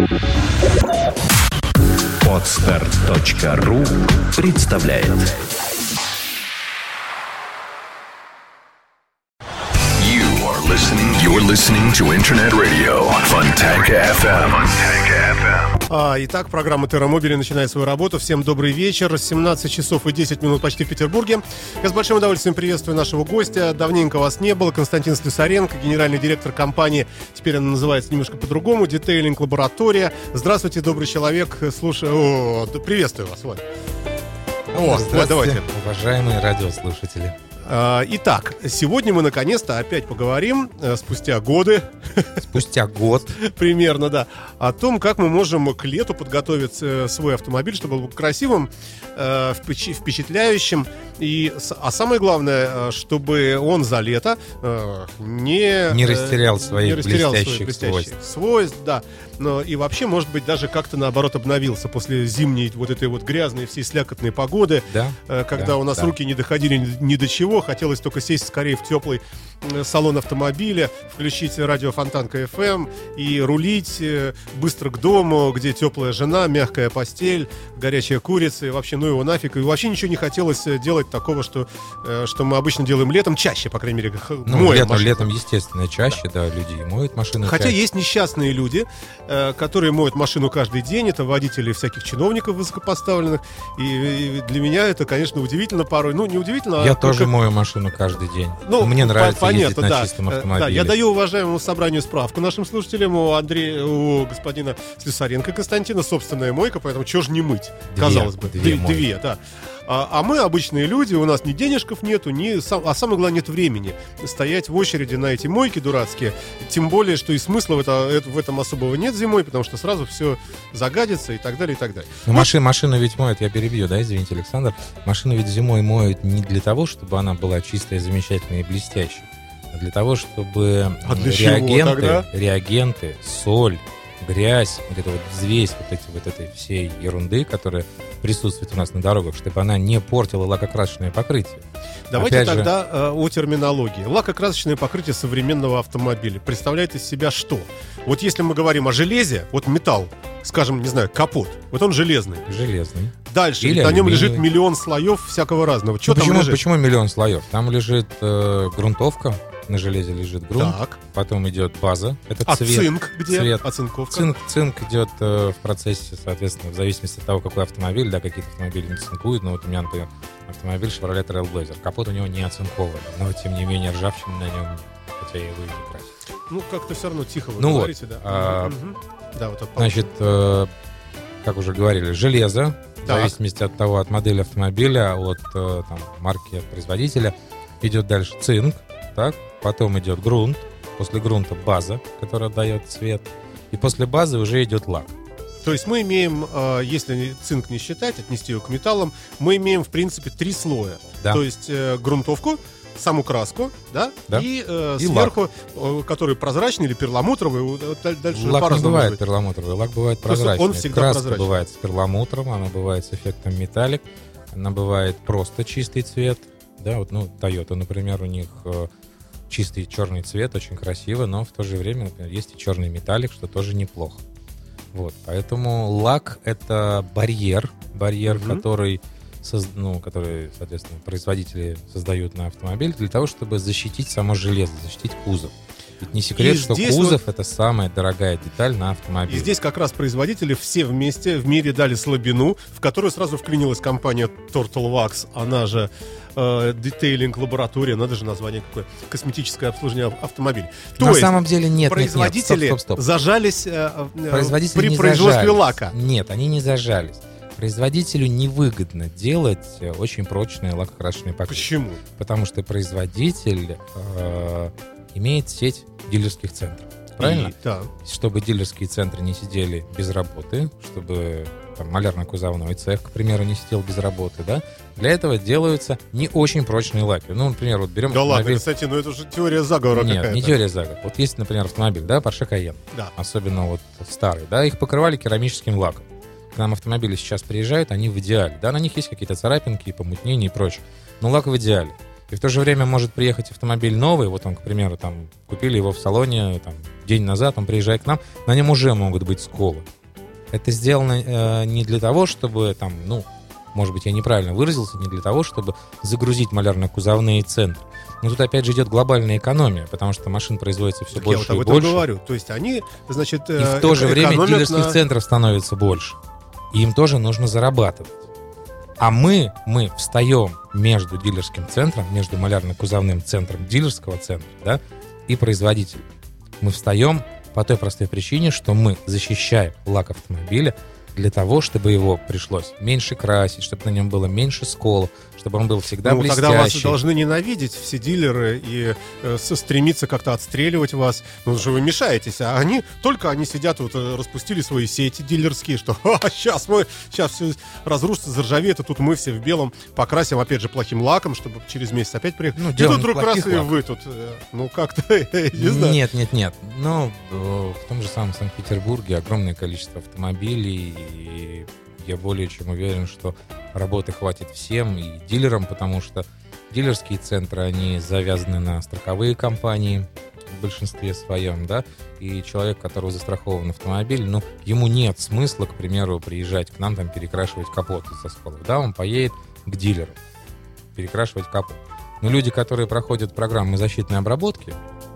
Podster.ru представляет. You're listening to Internet Radio Fontanka FM. Итак, программа «Терромобили» начинает свою работу. Всем добрый вечер. 17 часов и 10 минут почти в Петербурге. Я с большим удовольствием приветствую нашего гостя. Давненько вас не было. Константин Слюсаренко, генеральный директор компании. Теперь она называется немножко по-другому. Детейлинг Лаборатория. Здравствуйте, добрый человек. Приветствую вас. Вот. Здравствуйте, давайте. Уважаемые радиослушатели. Итак, сегодня мы наконец-то опять поговорим, спустя годы. Спустя год. Примерно, да. О том, как мы можем к лету подготовить свой автомобиль, чтобы он был красивым, впечатляющим. А самое главное, чтобы он за лето не растерял своих блестящих свойств. Да. И вообще, может быть, даже как-то наоборот обновился после зимней вот этой вот грязной, всей слякотной погоды, когда у нас руки не доходили ни до чего. Хотелось только сесть скорее в теплый салон автомобиля, включить радио Фонтанка FM и рулить быстро к дому, где теплая жена, мягкая постель, горячая курица, и вообще, ну его нафиг. И вообще ничего не хотелось делать такого, что мы обычно делаем летом, чаще, по крайней мере, моем машину. Летом, естественно, чаще, да, люди моют машины. Хотя чаще. Есть несчастные люди, которые моют машину каждый день. Это водители всяких чиновников высокопоставленных. И для меня это, конечно, удивительно порой. Ну, не удивительно, Я тоже мою машину каждый день. Мне нравится ездить на чистом автомобиле. Да, я даю уважаемому собранию справку нашим слушателям. У господина Слюсаренко Константина собственная мойка, поэтому чего же не мыть? Казалось бы. Две, да. А мы обычные люди, у нас ни денежков нету, а самое главное, нет времени стоять в очереди на эти мойки дурацкие. Тем более, что и смысла в этом особого нет зимой, потому что сразу все загадится и так далее, и так далее. Машину ведь моют, я перебью, да, извините, Александр. Машину ведь зимой моют не для того, чтобы она была чистая, замечательная и блестящая, а для того, чтобы реагенты, соль, грязь, вот эта вот взвесь вот этой всей ерунды, которая присутствует у нас на дорогах, чтобы она не портила лакокрасочное покрытие. Давайте тогда о терминологии. Лакокрасочное покрытие современного автомобиля представляет из себя что? Вот если мы говорим о железе, вот металл, скажем, не знаю, капот, вот он железный. Железный. Дальше на нем лежит миллион слоев всякого разного. Почему миллион слоев? Там лежит грунтовка. На железе лежит грунт, потом идет база, это цвет. Цинк где? Цвет. Оцинковка? Цинк идет в процессе, соответственно, в зависимости от того, какой автомобиль, да, какие-то автомобили не цинкуют, но вот у меня, например, автомобиль Chevrolet Trailblazer, капот у него не оцинкован, но, тем не менее, ржавчины на нем, хотя я его и не красил. Ну, как-то все равно тихо вы говорите, да. Значит, как уже говорили, железо, в зависимости от того, от модели автомобиля, от марки, от производителя, идет дальше цинк, так, потом идет грунт, после грунта база, которая дает цвет, и после базы уже идет лак. То есть мы имеем, если цинк не считать, отнести его к металлам, мы имеем, в принципе, 3 слоя. Да. То есть грунтовку, саму краску, и сверху, который прозрачный или перламутровый, дальше лак не бывает перламутровый, лак бывает прозрачный. Он всегда краска прозрачный. Бывает с перламутром, она бывает с эффектом металлик, она бывает просто чистый цвет. Да, вот, Toyota, например, у них чистый черный цвет, очень красиво, но в то же время, например, есть и черный металлик, что тоже неплохо. Поэтому лак — это барьер, который, соответственно, производители создают на автомобиль для того, чтобы защитить само железо, защитить кузов. Ведь не секрет, что кузов — это самая дорогая деталь на автомобиле. И здесь как раз производители все вместе в мире дали слабину, в которую сразу вклинилась компания Turtle Wax, она же Детейлинг Лаборатория, надо же название какое, косметическое обслуживание автомобиля. На самом деле нет. Производители стоп. зажались при производстве зажались. лака. Нет, они не зажались. Производителю невыгодно делать очень прочное лакокрасочное покрытие. Почему? Потому что производитель имеет сеть дилерских центров. Правильно? Чтобы дилерские центры не сидели без работы, чтобы малярно-кузовной цех, к примеру, не сидел без работы, да? Для этого делаются не очень прочные лаки. Например, берем... Да ладно, кстати, это же теория заговора какая-то. Нет, не теория заговора. Вот есть, например, автомобиль, Porsche Cayenne. Да. Особенно старый, их покрывали керамическим лаком. К нам автомобили сейчас приезжают, они в идеале. Да, на них есть какие-то царапинки, помутнения и прочее. Но лак в идеале. И в то же время может приехать автомобиль новый, вот он, к примеру, там, купили его в салоне там, день назад, он приезжает к нам, на нем уже могут быть сколы. Это сделано не для того, чтобы, там, ну, может быть, я неправильно выразился, не для того, чтобы загрузить малярно-кузовные центры. Но тут опять же идет глобальная экономия, потому что машин производится все больше и больше. Я вот об этом говорю. То есть они, значит, и в то же время дилерских центров становится больше. И им тоже нужно зарабатывать. А мы встаем между дилерским центром, между малярно-кузовным центром дилерского центра, да, и производителем. Мы встаем по той простой причине, что мы защищаем лак автомобиля для того, чтобы его пришлось меньше красить, чтобы на нем было меньше сколов, чтобы он был всегда блестящий. Тогда вас должны ненавидеть все дилеры и стремиться как-то отстреливать вас. Ну, же вы мешаетесь, а они сидят, вот распустили свои сети дилерские, что сейчас все разрушится, заржавеет, и тут мы все в белом покрасим, опять же, плохим лаком, чтобы через месяц опять приехать. Ну, и тут вдруг раз и вы тут, ну, как-то, не знаю. Нет. Ну, в том же самом Санкт-Петербурге огромное количество автомобилей, и я более чем уверен, что работы хватит всем и дилерам, потому что дилерские центры, они завязаны на страховые компании в большинстве своем, да, и человек, у которого застрахован автомобиль, ну, ему нет смысла, к примеру, приезжать к нам, там, перекрашивать капот из-за сколов, да, он поедет к дилеру перекрашивать капот. Но люди, которые проходят программы защитной обработки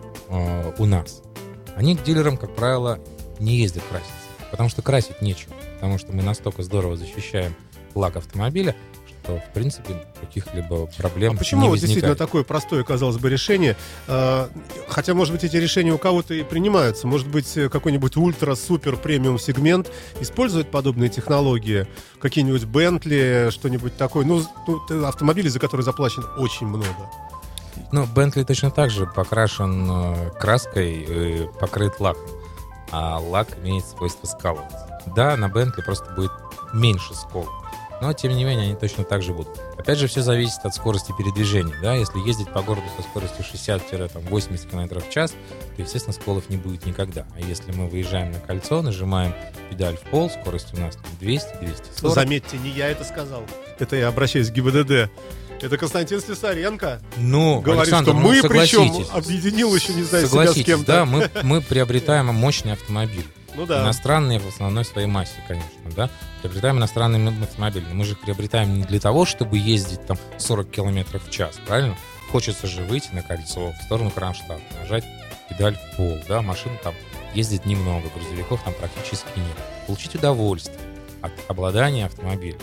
у нас, они к дилерам, как правило, не ездят краситься, потому что красить нечего. Потому что мы настолько здорово защищаем лак автомобиля, что, в принципе, каких-либо проблем не возникает. Почему вот действительно такое простое, казалось бы, решение? Хотя, может быть, эти решения у кого-то и принимаются. Может быть, какой-нибудь ультра-супер-премиум сегмент использует подобные технологии? Какие-нибудь Bentley, что-нибудь такое? Ну, автомобили, за которые заплачено очень много. Ну, Bentley точно так же покрашен краской и покрыт лаком. А лак имеет свойство скалываться. Да, на Bentley просто будет меньше сколов, но, тем не менее, они точно так же будут. Опять же, все зависит от скорости передвижения. Да? Если ездить по городу со скоростью 60-80 км в час, то, естественно, сколов не будет никогда. А если мы выезжаем на кольцо, нажимаем педаль в пол, скорость у нас 200-240. Заметьте, не я это сказал. Это я обращаюсь к ГИБДД. Это Константин Слесаренко. Ну, говорит, Александр, что мы, причем, объединил еще, не знаю, себя с кем-то. Да, мы приобретаем мощный автомобиль. Ну да. Иностранные в основной своей массе, конечно, да. Приобретаем иностранный автомобиль. Но мы же их приобретаем не для того, чтобы ездить там 40 км в час, правильно? Хочется же выйти на кольцо в сторону Кронштадта, нажать педаль в пол, да, машин там ездит немного, грузовиков там практически нет. Получить удовольствие от обладания автомобилем.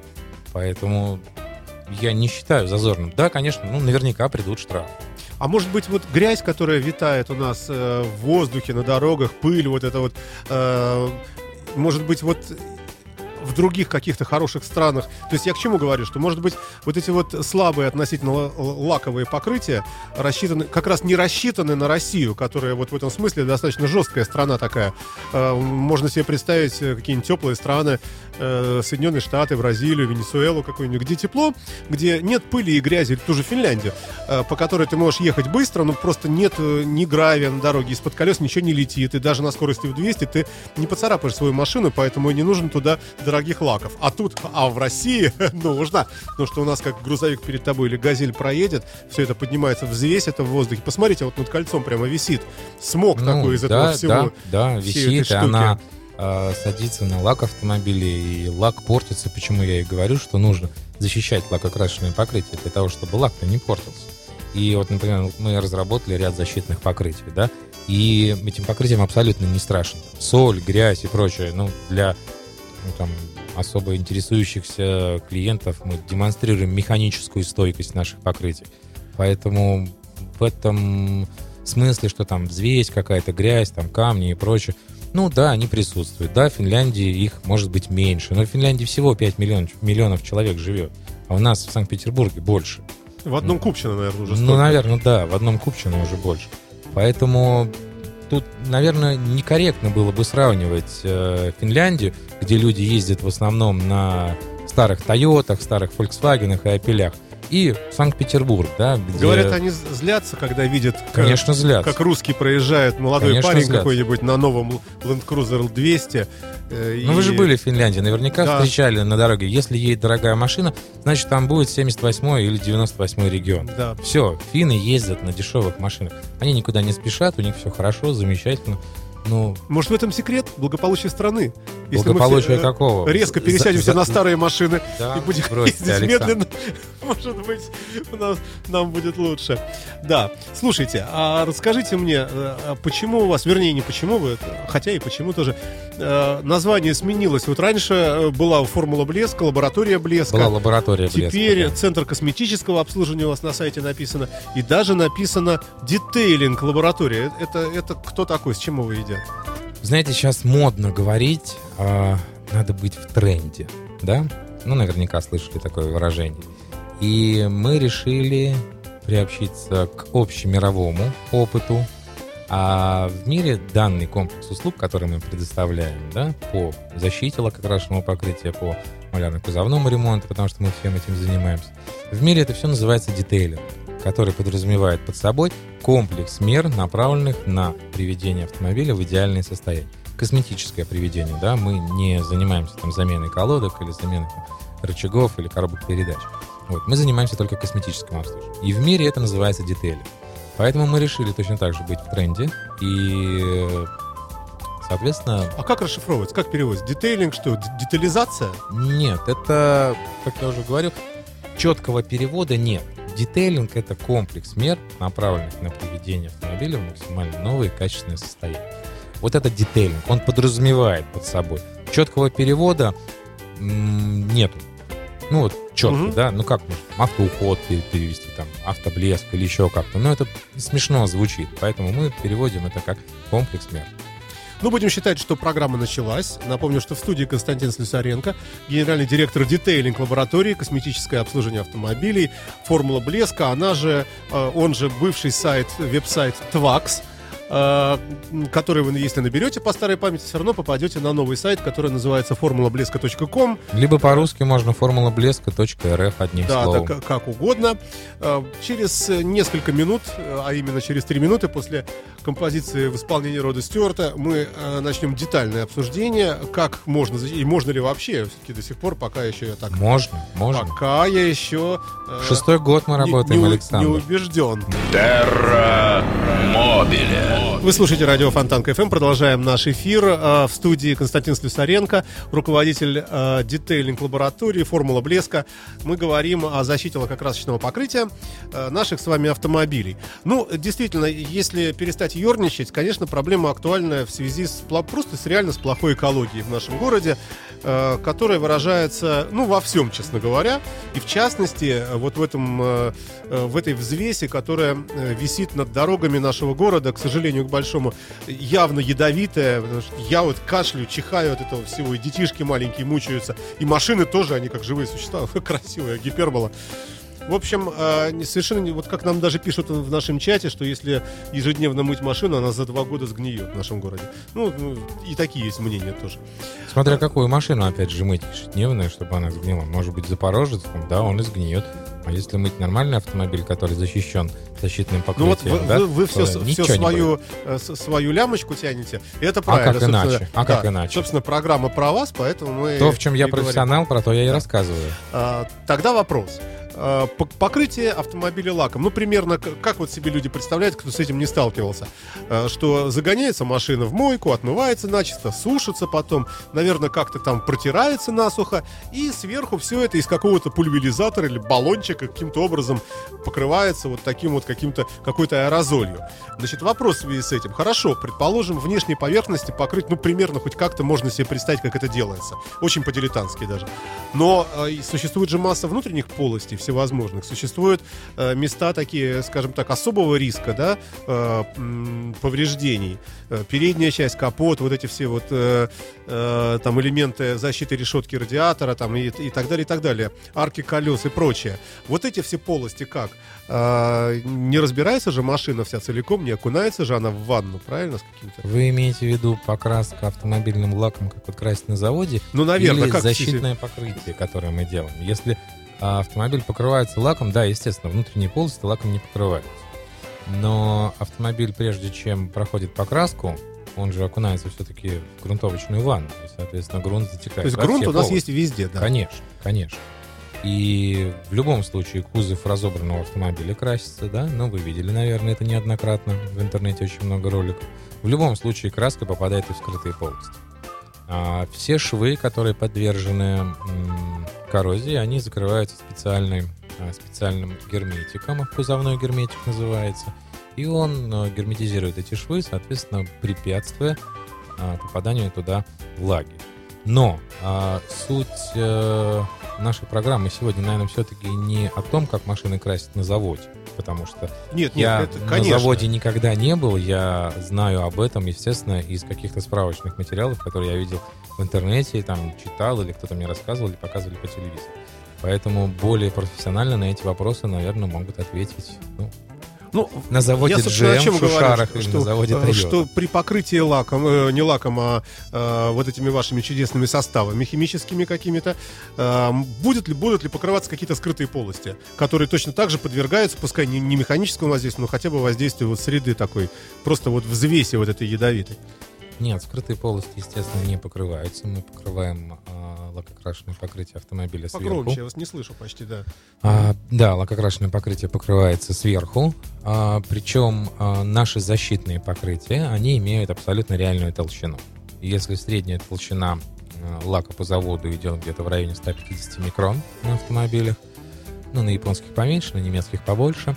Поэтому я не считаю зазорным. Да, конечно, наверняка придут штрафы. А может быть, вот грязь, которая витает у нас в воздухе, на дорогах, пыль, вот это вот, может быть, вот в других каких-то хороших странах. То есть я к чему говорю, что, может быть, вот эти вот слабые относительно лаковые покрытия рассчитаны, как раз не рассчитаны на Россию, которая вот в этом смысле достаточно жесткая страна такая. Можно себе представить какие-нибудь теплые страны, Соединенные Штаты, Бразилию, Венесуэлу какую-нибудь, где тепло, где нет пыли и грязи, или ту же Финляндию, по которой ты можешь ехать быстро, но просто нет ни гравия на дороге, из-под колес ничего не летит, и даже на скорости в 200 ты не поцарапаешь свою машину, поэтому и не нужен туда дорогих лаков. А в России нужно, потому что у нас как грузовик перед тобой или газель проедет, все это поднимается, взвесь это в воздухе. Посмотрите, вот над кольцом прямо висит смог такой из этого всего. Да, висит, и она садится на лак автомобиля, и лак портится. Почему я и говорю, что нужно защищать лакокрасочное покрытие для того, чтобы лак-то не портился. И вот, например, мы разработали ряд защитных покрытий, да, и этим покрытием абсолютно не страшно. Соль, грязь и прочее, для особо интересующихся клиентов мы демонстрируем механическую стойкость наших покрытий. Поэтому в этом смысле, что там взвесь какая-то, грязь, там камни и прочее, да, они присутствуют. Да, в Финляндии их может быть меньше, но в Финляндии всего 5 миллионов человек живет, а у нас в Санкт-Петербурге больше. В одном Купчино, наверное, уже столько. Наверное, да, в одном Купчино уже больше. Поэтому тут, наверное, некорректно было бы сравнивать Финляндию, где люди ездят в основном на старых Тойотах, старых Volkswagen'ах и Опелях, и Санкт-Петербург, да, где... Говорят, они злятся, когда видят, Конечно, злятся. Как русский проезжает, молодой Конечно, парень злятся. какой-нибудь на новом Land Cruiser 200. Ну, вы же были в Финляндии, наверняка встречали на дороге. Если едет дорогая машина, значит, там будет 78-й или 98-й регион. Да. Все, финны ездят на дешевых машинах. Они никуда не спешат, у них все хорошо, замечательно. Ну, может, в этом секрет благополучия страны? Если благополучие мы все, какого? Резко пересядемся на старые машины и будем бросьте, ездить Александр. медленно, может быть, нам будет лучше. Да, слушайте, а расскажите мне, почему у вас, вернее, не почему вы, хотя и почему тоже, название сменилось. Вот раньше была формула блеска, лаборатория блеска. Была лаборатория блеска. Теперь да. Центр косметического обслуживания у вас на сайте написано. И даже написано детейлинг лаборатория. Это кто такой, с чем его едят? Знаете, сейчас модно говорить, надо быть в тренде, да? Ну, наверняка слышали такое выражение. И мы решили приобщиться к общемировому опыту. А в мире данный комплекс услуг, который мы предоставляем, да, по защите лакокрашенного покрытия, по малярно-кузовному ремонту, потому что мы всем этим занимаемся, в мире это все называется детейлинг, который подразумевает под собой комплекс мер, направленных на приведение автомобиля в идеальное состояние. Косметическое приведение, да, мы не занимаемся там заменой колодок или заменой рычагов или коробок передач. Вот, мы занимаемся только косметическим обслуживанием. И в мире это называется детейлинг. Поэтому мы решили точно так же быть в тренде и, соответственно... А как расшифровывается? Как переводится? Детейлинг что? Детализация? Нет, это, как я уже говорил, четкого перевода нет. Детейлинг — это комплекс мер, направленных на приведение автомобиля в максимально новое и качественное состояние. Вот это детейлинг, он подразумевает под собой. Четкого перевода нету. Ну вот четко, да, ну как можно автоуход перевести, там, автоблеск или еще как-то. Но это смешно звучит, поэтому мы переводим это как комплекс мер. Ну, будем считать, что программа началась. Напомню, что в студии Константин Слюсаренко, генеральный директор детейлинг лаборатории, косметическое обслуживание автомобилей, формула блеска, он же бывший сайт, веб-сайт Twax, который вы, если наберете по старой памяти, все равно попадете на новый сайт, который называется formulablеска.com. Либо по-русски можно formulablеска.rf одним словом. Да, как угодно. Через несколько минут, а именно через 3 минуты после композиции в исполнении Рода Стюарта, мы начнем детальное обсуждение, как можно, и можно ли вообще, все-таки до сих пор, пока еще я так... Можно. Пока я еще... 6-й год мы работаем, Александр. Не убежден. Терра Мобиле. Вы слушаете радио Фонтан КФМ. Продолжаем наш эфир. В студии Константин Слюсаренко, руководитель детейлинг лаборатории «Формула блеска». Мы говорим о защите лакокрасочного покрытия наших с вами автомобилей. Ну, действительно, если перестать ерничать, конечно, проблема актуальная в связи просто реально с плохой экологией в нашем городе, которая выражается, во всем, честно говоря. И в частности, вот в этой взвеси, которая висит над дорогами нашего города, к сожалению, к большому, явно ядовитая. Потому что я вот кашлю, чихаю от этого всего, и детишки маленькие мучаются, и машины тоже, они как живые существа, красивая гипербола. В общем, совершенно, вот как нам даже пишут в нашем чате, что если ежедневно мыть машину, она за 2 года сгниет в нашем городе. Ну, и такие есть мнения тоже. Смотря какую машину, опять же, мыть ежедневно, чтобы она сгнила. Может быть, Запорожец, да, он и сгниет. А если мыть нормальный автомобиль, который защищен защитным покрытием, вы все свою лямочку тянете, и это правильно. Как иначе? Собственно, программа про вас, поэтому мы... То, в чем я профессионал, про то я и рассказываю. Тогда вопрос. Покрытие автомобиля лаком. Примерно как вот себе люди представляют, кто с этим не сталкивался. Что загоняется машина в мойку, отмывается начисто, сушится потом, наверное, как-то там протирается насухо, и сверху все это из какого-то пульверизатора или баллончика каким-то образом покрывается вот таким вот какой-то аэрозолью. Значит, вопрос в связи с этим. Хорошо, предположим, внешней поверхности покрыть, примерно хоть как-то можно себе представить, как это делается. Очень по-дилетантски даже. Но существует же масса внутренних полостей всевозможных. Существуют места такие, скажем так, особого риска, да, повреждений. Передняя часть, капот, вот эти все вот там элементы защиты решетки радиатора там, и так далее, и так далее. Арки колес и прочее. Вот эти все полости как? Не разбирается же машина вся целиком, не окунается же она в ванну, правильно? С каким-то... Вы имеете в виду покраска автомобильным лаком, как вот красить на заводе? Наверное. Или защитное покрытие, которое мы делаем? Если Автомобиль покрывается лаком, да, естественно, внутренние полости лаком не покрываются. Но автомобиль, прежде чем проходит покраску, он же окунается все-таки в грунтовочную ванну, и, соответственно, грунт затекает. То есть грунт у нас есть везде, да? Конечно. И в любом случае кузов разобранного автомобиля красится, да, вы видели, наверное, это неоднократно, в интернете очень много роликов. В любом случае краска попадает и в скрытые полости. А все швы, которые подвержены коррозии, они закрываются специальным герметиком, кузовной герметик называется, и он герметизирует эти швы, соответственно, препятствуя попаданию туда влаги. Но суть нашей программы сегодня, наверное, все-таки не о том, как машины красят на заводе, потому что я на заводе никогда не был, я знаю об этом, естественно, из каких-то справочных материалов, которые я видел в интернете, там читал, или кто-то мне рассказывал, или показывали по телевизору. Поэтому более профессионально на эти вопросы, наверное, могут ответить на заводе GM в Шушарах или на заводе Toyota. Что при покрытии лаком, не лаком, а вот этими вашими чудесными составами химическими какими-то, будут ли покрываться какие-то скрытые полости, которые точно так же подвергаются, пускай не механическому воздействию, но хотя бы воздействию вот среды такой, просто вот взвеси вот этой ядовитой? Нет, скрытые полости, естественно, не покрываются. Мы покрываем лакокрашенное покрытие автомобиля сверху. Погромче, я вас не слышу почти, да. Да, лакокрашенное покрытие покрывается сверху. Причем наши защитные покрытия, они имеют абсолютно реальную толщину. Если средняя толщина лака по заводу идет где-то в районе 150 микрон на автомобилях, на японских поменьше, на немецких побольше,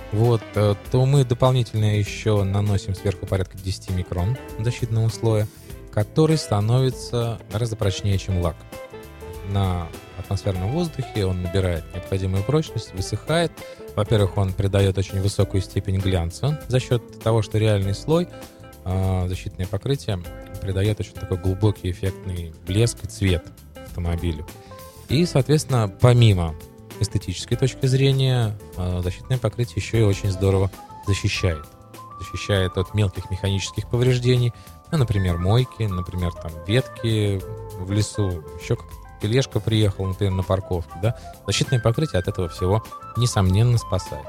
то мы дополнительно еще наносим сверху порядка 10 микрон защитного слоя, который становится гораздо прочнее, чем лак. На атмосферном воздухе он набирает необходимую прочность, высыхает. Во-первых, он придает очень высокую степень глянца за счет того, что реальный слой, защитное покрытие, придает очень такой глубокий эффектный блеск и цвет автомобилю. И, соответственно, помимо эстетической точки зрения, защитное покрытие еще и очень здорово защищает. Защищает от мелких механических повреждений, например, мойки, например, там ветки в лесу, еще как тележка приехала, например, на парковку, да. Защитное покрытие от этого всего, несомненно, спасает.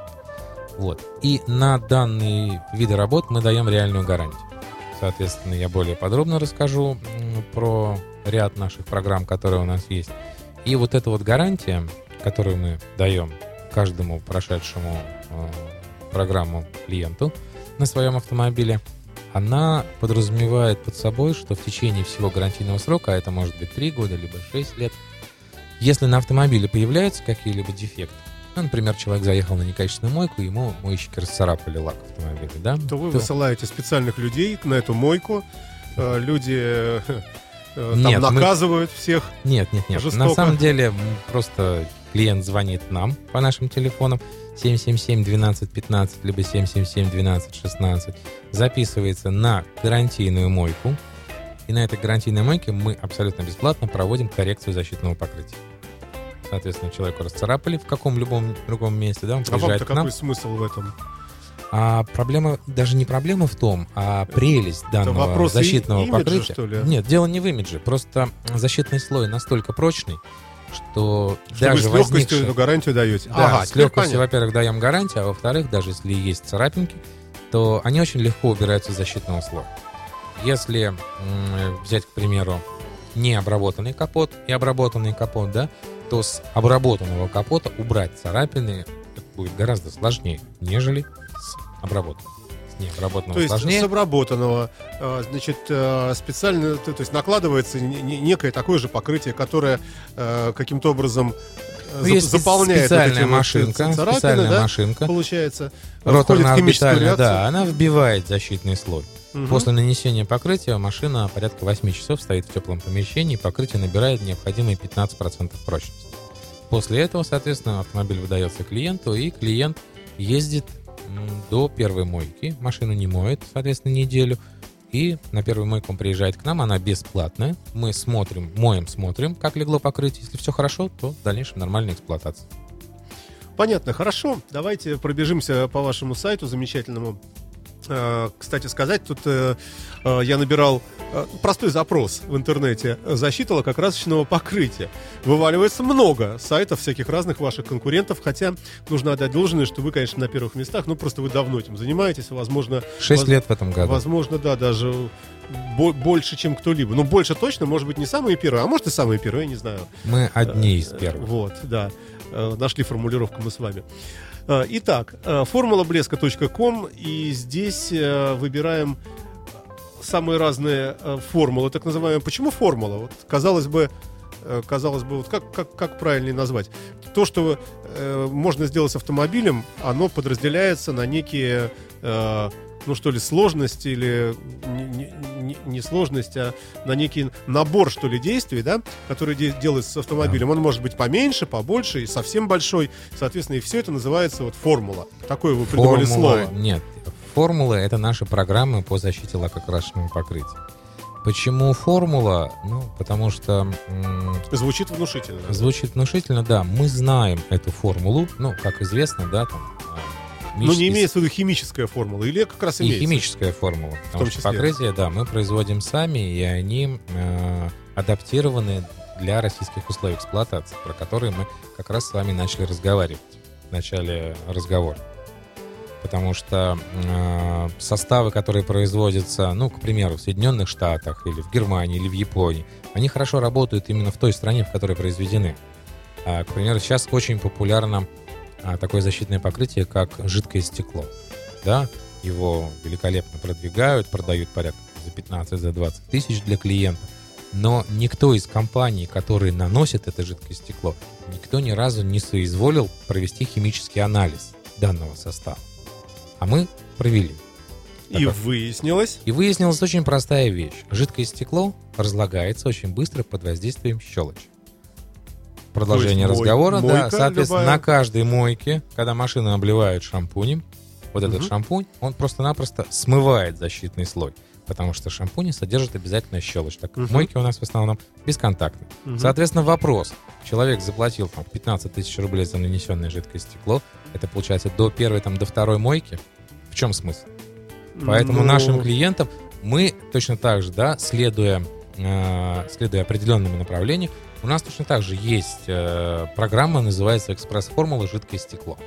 И на данные виды работ мы даем реальную гарантию. Соответственно, я более подробно расскажу про ряд наших программ, которые у нас есть. И эта гарантия, которую мы даем каждому прошедшему программу клиенту на своем автомобиле, она подразумевает под собой, что в течение всего гарантийного срока, а это может быть 3 года, либо 6 лет, если на автомобиле появляются какие-либо дефекты, например, человек заехал на некачественную мойку, ему мойщики расцарапали лак автомобиля, да? То вы высылаете специальных людей на эту мойку, люди наказывают всех. Нет. Жестоко. На самом деле просто клиент звонит нам по нашим телефонам 777-12-15, либо 777-12-16, записывается на гарантийную мойку, и на этой гарантийной мойке мы абсолютно бесплатно проводим коррекцию защитного покрытия. Соответственно, человеку расцарапали в каком-либо другом месте, да, он приезжает к нам. Какой смысл в этом? Проблема, даже не проблема в том, а прелесть данного защитного покрытия. Что ли? Нет, дело не в имидже, просто защитный слой настолько прочный, что даже вы с легкостью эту гарантию даете. Да, с легкостью, во-первых, даем гарантию, а во-вторых, даже если есть царапинки, то они очень легко убираются из защитного слоя. Если взять, к примеру, необработанный капот и обработанный капот, да, то с обработанного капота убрать царапины будет гораздо сложнее, нежели с обработанного. С необработанного то есть сложнее. С обработанного, значит, специально, то есть накладывается некое такое же покрытие, которое каким-то образом заполняет специальная машинка, царапины, машинка, получается, роторно-орбитальная, да, она вбивает защитный слой. Угу. После нанесения покрытия машина порядка 8 часов стоит в теплом помещении, покрытие набирает необходимые 15% прочности. После этого, соответственно, автомобиль выдается клиенту, и клиент ездит до первой мойки, машину не моет, соответственно, неделю, и на первую мойку он приезжает к нам, она бесплатная, мы смотрим, как легло покрытие, если все хорошо, то в дальнейшем нормальная эксплуатация. Понятно, хорошо, давайте пробежимся по вашему сайту замечательному. кстати сказать, тут я набирал простой запрос в интернете: защита лакокрасочного покрытия. Вываливается много сайтов всяких разных ваших конкурентов, хотя нужно отдать должное, что вы, конечно, на первых местах, просто вы давно этим занимаетесь, возможно... 6 лет в этом году. Возможно, да, даже больше, чем кто-либо. Больше точно, может быть, не самые первые, а может и самые первые, я не знаю. Мы одни из первых. Вот, да. Нашли формулировку мы с вами. Итак, formulablеска.com, и здесь выбираем самые разные формулы, так называемые. Почему формула? Вот, казалось бы, вот как правильнее назвать? То, что можно сделать с автомобилем, оно подразделяется на некие, сложности, или не сложность, а на некий набор, действий, да, который делается с автомобилем. Он может быть поменьше, побольше и совсем большой. Соответственно, и все это называется формула. Такое вы придумали слово. Нет, формула — это наша программа по защите лакокрасочного покрытия. Почему формула? Потому что... Звучит внушительно. Звучит внушительно, да. Мы знаем эту формулу, как известно, да, не имеется в виду химическая формула, или как раз имеется? И химическая формула. Потому что покрытие, да, мы производим сами, и они адаптированы для российских условий эксплуатации, про которые мы как раз с вами начали разговаривать в начале разговора. Потому что составы, которые производятся, к примеру, в Соединенных Штатах или в Германии или в Японии, они хорошо работают именно в той стране, в которой произведены. К примеру, сейчас очень популярно такое защитное покрытие, как жидкое стекло. Да? Его великолепно продвигают, продают порядка за 15-20 тысяч для клиентов. Но никто из компаний, которые наносят это жидкое стекло, никто ни разу не соизволил провести химический анализ данного состава. А мы провели. И выяснилось? И выяснилась очень простая вещь. Жидкое стекло разлагается очень быстро под воздействием щелочи. Продолжение разговора, да, соответственно, любая. На каждой мойке, когда машину обливают шампунем, этот шампунь, он просто-напросто смывает защитный слой, потому что шампунь содержит обязательно щелочь. Так как мойки у нас в основном бесконтактные. Соответственно, вопрос. Человек заплатил 15 тысяч рублей за нанесенное жидкое стекло. Это получается до первой, до второй мойки. В чем смысл? Поэтому нашим клиентам мы точно так же, да, следуя определенному направлению, у нас точно так же есть программа, называется «Экспресс-формула. Жидкое стекло».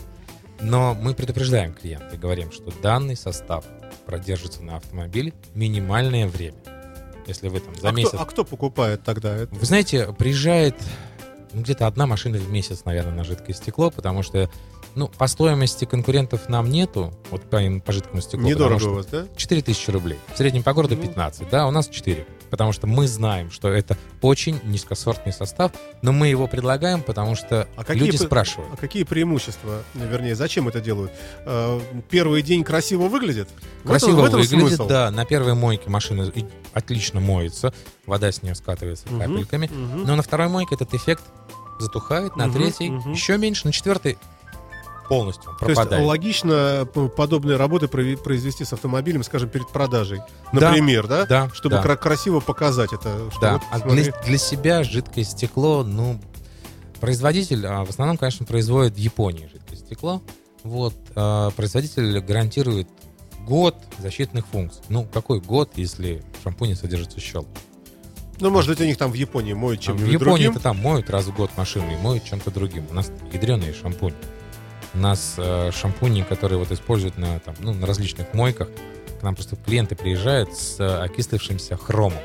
Но мы предупреждаем клиента и говорим, что данный состав продержится на автомобиле минимальное время. Если вы за месяц... А кто покупает тогда? Вы знаете, приезжает где-то одна машина в месяц, наверное, на жидкое стекло, потому что по стоимости конкурентов нам нету, по жидкому стеклу. Недорого у вас, да? 4 тысячи рублей. В среднем по городу 15, да, у нас 4. Потому что мы знаем, что это очень низкосортный состав, но мы его предлагаем, потому что люди спрашивают. А какие преимущества, вернее, зачем это делают? Первый день красиво выглядит? Красиво выглядит, смысл? Да. На первой мойке машина отлично моется, вода с нее скатывается капельками, но на второй мойке этот эффект затухает, на третьей еще меньше, на четвертой полностью пропадает. То есть логично подобные работы произвести с автомобилем, скажем, перед продажей, например, да? Чтобы красиво показать это. Да, для себя жидкое стекло, производитель в основном, конечно, производит в Японии жидкое стекло. Производитель гарантирует год защитных функций. Какой год, если в шампуне содержится щелочь? Может быть, у них там в Японии моют чем-нибудь другим. В Японии-то там моют раз в год машины и моют чем-то другим. У нас ядреные шампуни. У нас шампуни, которые используют на различных мойках, к нам просто клиенты приезжают с окислившимся хромом.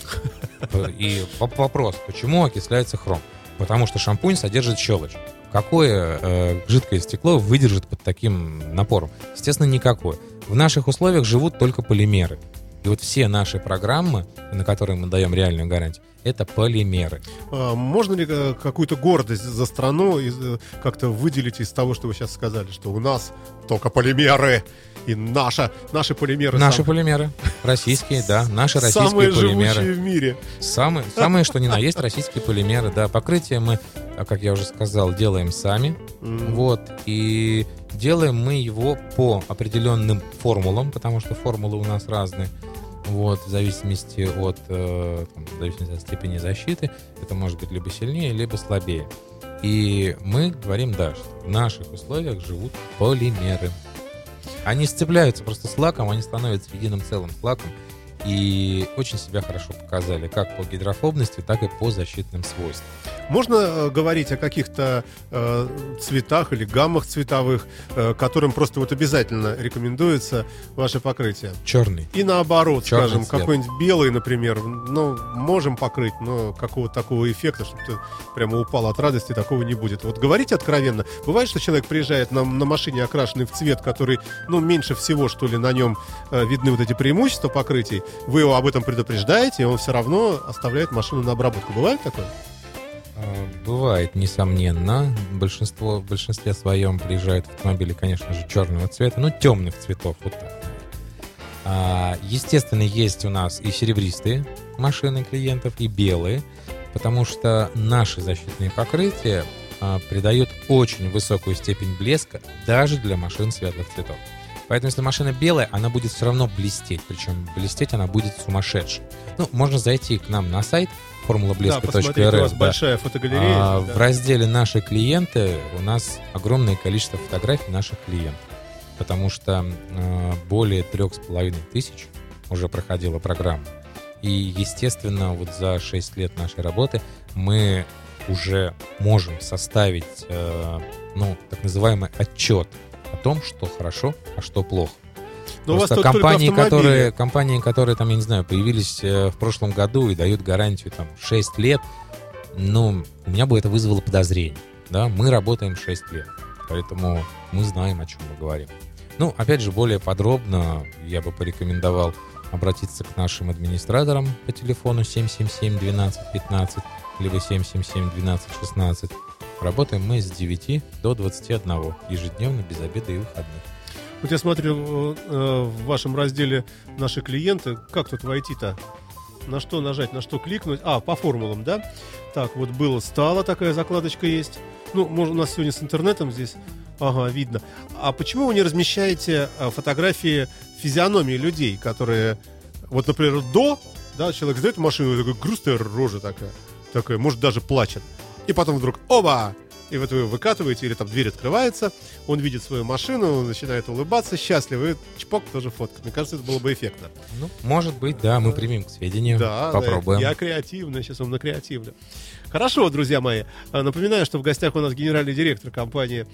И вопрос, почему окисляется хром? Потому что шампунь содержит щелочь. Какое жидкое стекло выдержит под таким напором? Естественно, никакое. В наших условиях живут только полимеры. И все наши программы, на которые мы даем реальную гарантию, это полимеры. Можно ли какую-то гордость за страну как-то выделить из того, что вы сейчас сказали, что у нас только полимеры, и наши полимеры... Наши полимеры, российские, да, наши российские самые полимеры. Самые живучие в мире. Самые, что ни на есть, российские полимеры, да. Покрытие мы, как я уже сказал, делаем сами, и делаем мы его по определенным формулам, потому что формулы у нас разные. В зависимости от степени защиты, это может быть либо сильнее, либо слабее. И мы говорим, что в наших условиях живут полимеры. Они сцепляются просто с лаком, они становятся единым целым с лаком. И очень себя хорошо показали, как по гидрофобности, так и по защитным свойствам. Можно говорить о каких-то цветах или гаммах цветовых, которым просто вот обязательно рекомендуется ваше покрытие? Черный. И наоборот, Черный скажем, цвет. какой-нибудь белый, например, ну, можем покрыть, но какого-то такого эффекта, чтобы ты прямо упал от радости, такого не будет. Вот говорите откровенно, бывает, что человек приезжает на машине, окрашенный в цвет, который, ну, меньше всего, что ли, на нем видны вот эти преимущества покрытий, вы его об этом предупреждаете, и он все равно оставляет машину на обработку. Бывает такое? Бывает, несомненно. В большинстве своем приезжают автомобили, конечно же, черного цвета, ну, темных цветов, вот так. Естественно, есть у нас и серебристые машины клиентов, и белые, потому что наши защитные покрытия придают очень высокую степень блеска даже для машин светлых цветов. Поэтому, если машина белая, она будет все равно блестеть. Причем блестеть она будет сумасшедшей. Ну, можно зайти к нам на сайт formulablеска.рф. Да, посмотрите, у вас большая фотогалерея. В разделе «Наши клиенты» у нас огромное количество фотографий наших клиентов. Потому что более 3500 уже проходила программа. И, естественно, вот за 6 лет нашей работы мы уже можем составить, так называемый отчет о том, что хорошо, а что плохо. Но просто у вас компании, которые там, я не знаю, появились в прошлом году и дают гарантию там 6 лет, ну, у меня бы это вызвало подозрение. Да? Мы работаем 6 лет, поэтому мы знаем, о чем мы говорим. Ну, опять же, более подробно я бы порекомендовал обратиться к нашим администраторам по телефону 777-12-15 либо 777-12-16. Работаем мы с 9 до 21, ежедневно, без обеда и выходных. Вот я смотрю в вашем разделе «Наши клиенты». Как тут войти-то? На что нажать, на что кликнуть? По формулам, да? Так, вот было-стало, такая закладочка есть. Ну, может, у нас сегодня с интернетом здесь. Ага, видно. А почему вы не размещаете фотографии физиономии людей, которые... Вот, например, да, человек сдает машину, и такая грустная рожа такая, может, даже плачет. И потом вдруг оба! И вот вы выкатываете, или там дверь открывается, он видит свою машину, он начинает улыбаться, счастливый, и чпок, тоже фотка. Мне кажется, это было бы эффектно. Ну, может быть, да, мы примем к сведению, попробуем. Да, я креативно, сейчас умно креативно. Хорошо, друзья мои, напоминаю, что в гостях у нас генеральный директор компании...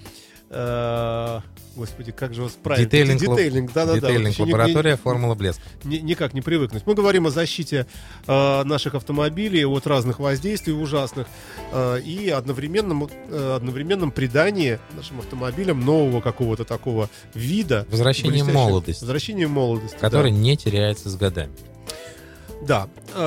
Господи, как же вас правильно? Детейлинг, лаборатория «Формула блеска». Никак не привыкнуть. Мы говорим о защите наших автомобилей от разных воздействий ужасных и одновременном придании нашим автомобилям нового какого-то такого вида. Возвращение молодости. Который не теряется с годами. Да.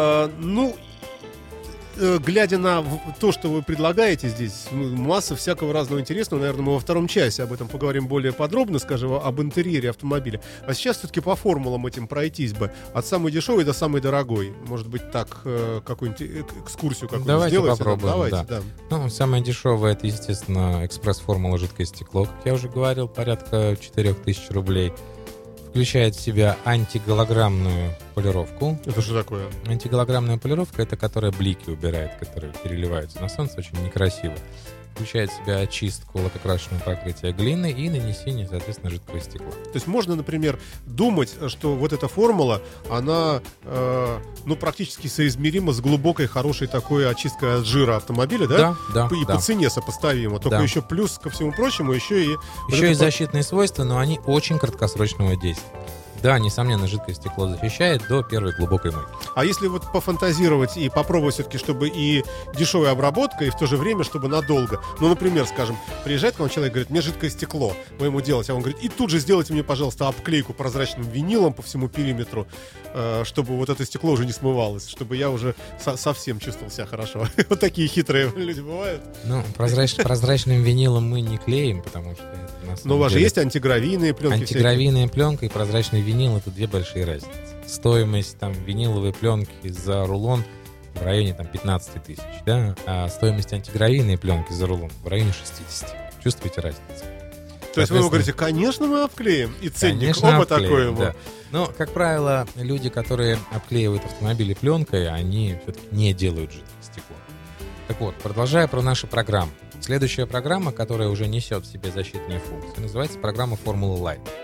Глядя на то, что вы предлагаете здесь, масса всякого разного интересного. Наверное, мы во втором часе об этом поговорим более подробно, скажем, об интерьере автомобиля. А сейчас все-таки по формулам этим пройтись бы. От самой дешевой до самой дорогой. Может быть, так какую-нибудь экскурсию какую-нибудь давайте сделаете? Попробуем, давайте, да. Ну, самое дешевое, это, естественно, экспресс-формула жидкое стекло, как я уже говорил, порядка 4000 рублей. Включает в себя антиголограммную полировку. Это что такое? Антиголограммная полировка — это которая блики убирает, которые переливаются на солнце, очень некрасиво. Включает в себя очистку лакокрасочного покрытия глины и нанесение, соответственно, жидкого стекла. То есть можно, например, думать, что вот эта формула, она практически соизмерима с глубокой, хорошей такой очисткой от жира автомобиля, да? Да. И по цене сопоставимо. Только еще плюс ко всему прочему, еще и защитные свойства, но они очень краткосрочного действия. Да, несомненно, жидкое стекло защищает до первой глубокой мойки. А если вот пофантазировать и попробовать все-таки, чтобы и дешевая обработка, и в то же время, чтобы надолго. Ну, например, скажем, приезжает к вам человек, говорит, мне жидкое стекло, вы ему делаете, а он говорит, и тут же сделайте мне, пожалуйста, обклейку прозрачным винилом по всему периметру, чтобы вот это стекло уже не смывалось, чтобы я уже совсем чувствовал себя хорошо. Вот такие хитрые люди бывают. Ну, прозрачным винилом мы не клеим, потому что это на самом деле... Но у вас же есть антигравийные пленки. Антигравийная пленка и прозрачный винил — это две большие разницы. Стоимость там виниловой пленки за рулон в районе там 15 тысяч, да, а стоимость антигравийной пленки за рулон в районе 60. Чувствуете разницу? То есть вы говорите, конечно, мы обклеим, и ценник конечно, оба такой ему. Да. Но, как правило, люди, которые обклеивают автомобили пленкой, они все-таки не делают жидкое стекло. Так вот, продолжая про наши программы. Следующая программа, которая уже несет в себе защитные функции, называется программа Formula Light.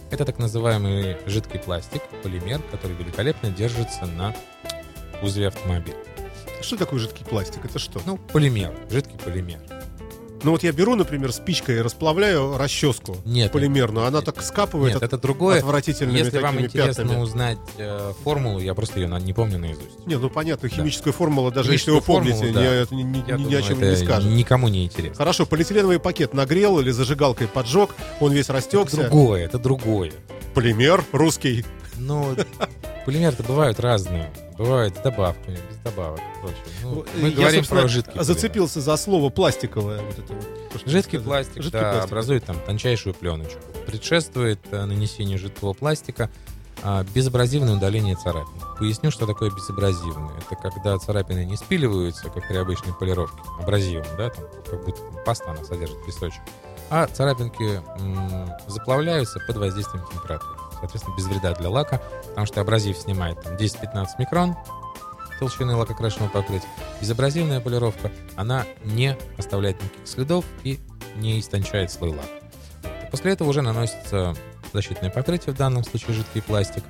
Это так называемый жидкий пластик, полимер, который великолепно держится на кузове автомобиля. Что такое жидкий пластик? Это что? Ну, полимер, жидкий полимер. Ну вот я беру, например, спичкой и расплавляю расческу полимерную, она так скапывает. Нет, это другое. Отвратительными Если вам интересно пятнами. Узнать формулу, я просто ее не помню наизусть. Не, ну понятно, химическая формула, даже если вы помните, ни о чем не скажет. Никому не интересно. Хорошо, полиэтиленовый пакет нагрел или зажигалкой поджег, он весь растекся. Это другое. Полимер русский. Ну, полимеры-то бывают разные. Бывают с добавками, без добавок и прочее. Ну, мы говорим про жидкий полимер. Зацепился за слово пластиковое. Вот это вот, жидкий пластик, образует там тончайшую пленочку. Предшествует нанесению жидкого пластика безабразивное удаление царапин. Поясню, что такое безабразивное. Это когда царапины не спиливаются, как при обычной полировке, абразивом, да, там, как будто там паста она содержит песочек, а царапинки заплавляются под воздействием температуры. Соответственно, без вреда для лака, потому что абразив снимает там 10-15 микрон толщины лакокрашенного покрытия. Безабразивная полировка, она не оставляет никаких следов и не истончает слой лака. После этого уже наносится защитное покрытие, в данном случае жидкий пластик.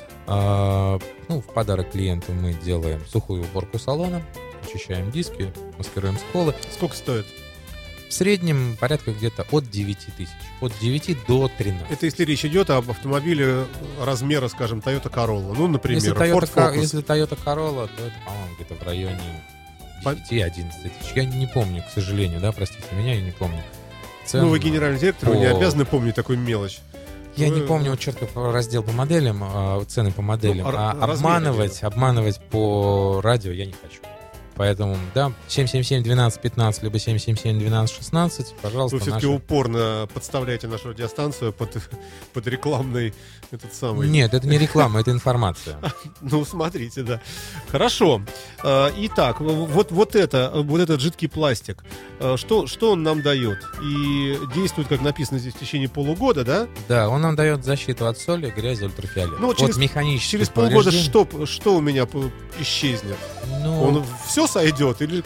В подарок клиенту мы делаем сухую уборку салона, очищаем диски, маскируем сколы. Сколько стоит? В среднем порядка где-то от 9 тысяч. От 9 до 13. Это если речь идет об автомобиле размера, скажем, Toyota Corolla. Ну, например, если Ford Focus. Если Toyota Corolla, то это, по-моему, где-то в районе 10-11 тысяч. Я не помню, к сожалению, да, простите меня, я не помню. Ну, вы генеральный директор, вы не обязаны помнить такую мелочь. Я не помню четко раздел по моделям, цены по моделям. Обманывать по радио я не хочу. Поэтому, да, 777-12-15, либо 777-12-16, пожалуйста. Вы все-таки упорно подставляете нашу радиостанцию под рекламный этот самый... Нет, это не реклама, это информация. Ну, смотрите, да. Хорошо. Итак, вот этот жидкий пластик, что он нам дает? И действует, как написано здесь, в течение полугода, да? Да, он нам дает защиту от соли, грязи, ультрафиолета. Ну, через полгода что у меня исчезнет? Он все сойдет или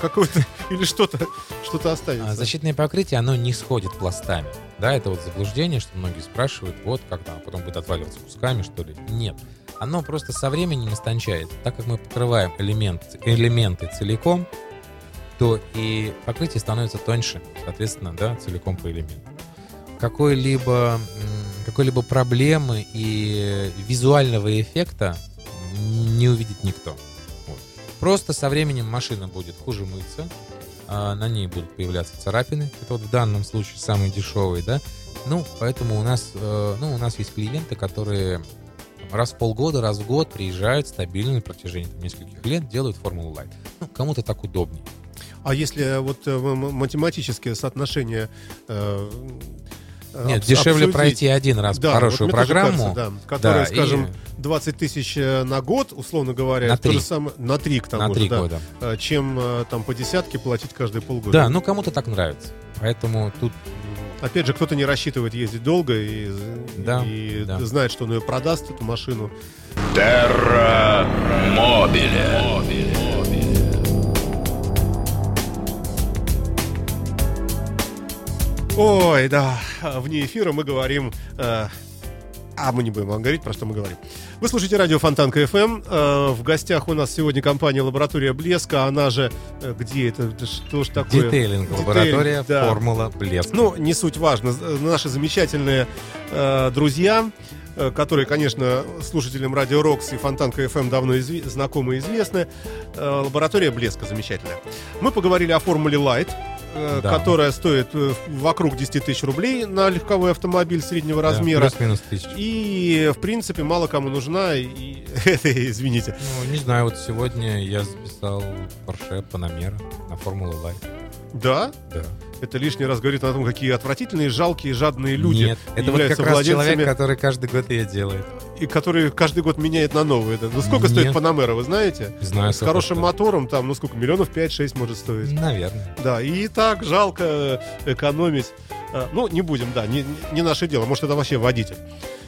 что-то останется? Защитное покрытие, оно не сходит пластами. Да, это вот заблуждение, что многие спрашивают, вот когда потом будет отваливаться кусками, что ли. Нет. Оно просто со временем истончает. Так как мы покрываем элементы целиком, то и покрытие становится тоньше, соответственно, да, целиком по элементу. Какой-либо проблемы и визуального эффекта не увидит никто. Просто со временем машина будет хуже мыться, на ней будут появляться царапины. Это вот в данном случае самые дешевые, да. Поэтому у нас есть клиенты, которые раз в полгода, раз в год приезжают стабильно на протяжении нескольких лет, делают Формулу Лайт. Кому-то так удобнее. А если вот математическое соотношение... Нет, дешевле пройти один раз хорошую программу. Кажется, которая, скажем, 20 тысяч на год, условно говоря, на 3. То же самое, на 3 к тому же, года. Чем там по десятке платить каждые полгода. Да, кому-то так нравится. Поэтому тут... Опять же, кто-то не рассчитывает ездить долго и знает, что он ее продаст, эту машину. Терра Мобиле. Ой, да, вне эфира мы говорим... мы не будем вам говорить, про что мы говорим. Вы слушаете радио Фонтанка FM. В гостях у нас сегодня компания «Лаборатория Блеска». Она же... Где это? Что ж такое? Детейлинг. Лаборатория «Формула Блеск». Не суть важно. Наши замечательные друзья, которые, конечно, слушателям Радио Рокс и Фонтанка FM давно знакомы и известны. «Лаборатория Блеска» замечательная. Мы поговорили о «Формуле Лайт», которая стоит вокруг 10 тысяч рублей на легковой автомобиль среднего размера. Плюс-минус 1000. И, в принципе, мало кому нужна. Извините. Не знаю, вот сегодня я записал Porsche Panamera на Формулу Лайт. Да? Да. Это лишний раз говорит о том, какие отвратительные, жалкие, жадные люди. Нет, это вот как раз человек, который каждый год ее делает. И который каждый год меняет на новые. Сколько стоит Panamera, вы знаете? Знаю. С хорошим мотором, там, сколько, миллионов 5-6 может стоить. Наверное. Да, и так жалко экономить. Не будем, да, не наше дело. Может, это вообще водитель.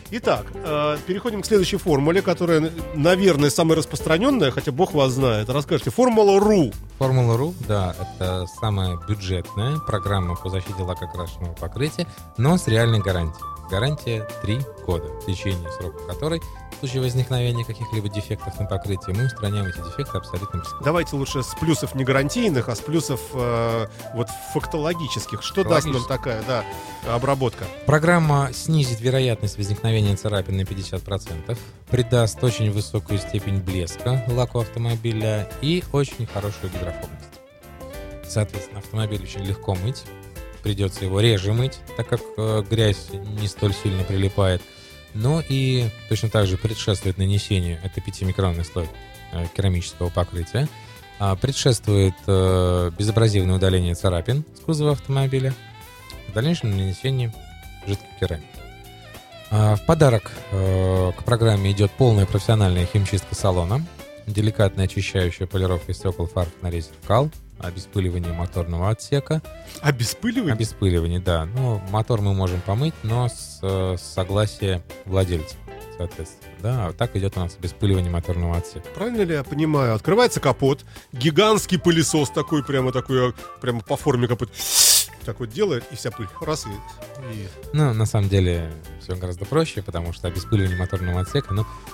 Итак, переходим к следующей формуле, которая, наверное, самая распространенная, хотя бог вас знает. Расскажите, формула РУ. Формула РУ, да, это самая бюджетная программа по защите лакокрашенного покрытия, но с реальной гарантией. Гарантия 3 года, в течение срока которой в случае возникновения каких-либо дефектов на покрытии мы устраняем эти дефекты абсолютно бесплатно. Давайте лучше с плюсов не гарантийных, а с плюсов вот фактологических. Что даст нам такая обработка? Программа снизит вероятность возникновения царапин на 50%, придаст очень высокую степень блеска лаку автомобиля и очень хорошую гидрофобность. Соответственно, автомобиль очень легко мыть. Придется его реже мыть, так как грязь не столь сильно прилипает. Но и точно так же предшествует нанесению, это 5-микронный слой керамического покрытия, предшествует безабразивное удаление царапин с кузова автомобиля, в дальнейшем нанесение жидкой керамики. В подарок к программе идет полная профессиональная химчистка салона, деликатная очищающая полировка стекол, фар, фонарей, зеркал, обеспыливание моторного отсека. Обеспыливание? Обеспыливание, да. Ну, мотор мы можем помыть, но с согласия владельца, соответственно. Да, так идет у нас обеспыливание моторного отсека. Правильно ли я понимаю? Открывается капот, гигантский пылесос такой прямо по форме капот. Так вот делает, и вся пыль. Раз и... Ну, на самом деле, все гораздо проще, потому что обеспыливание моторного отсека,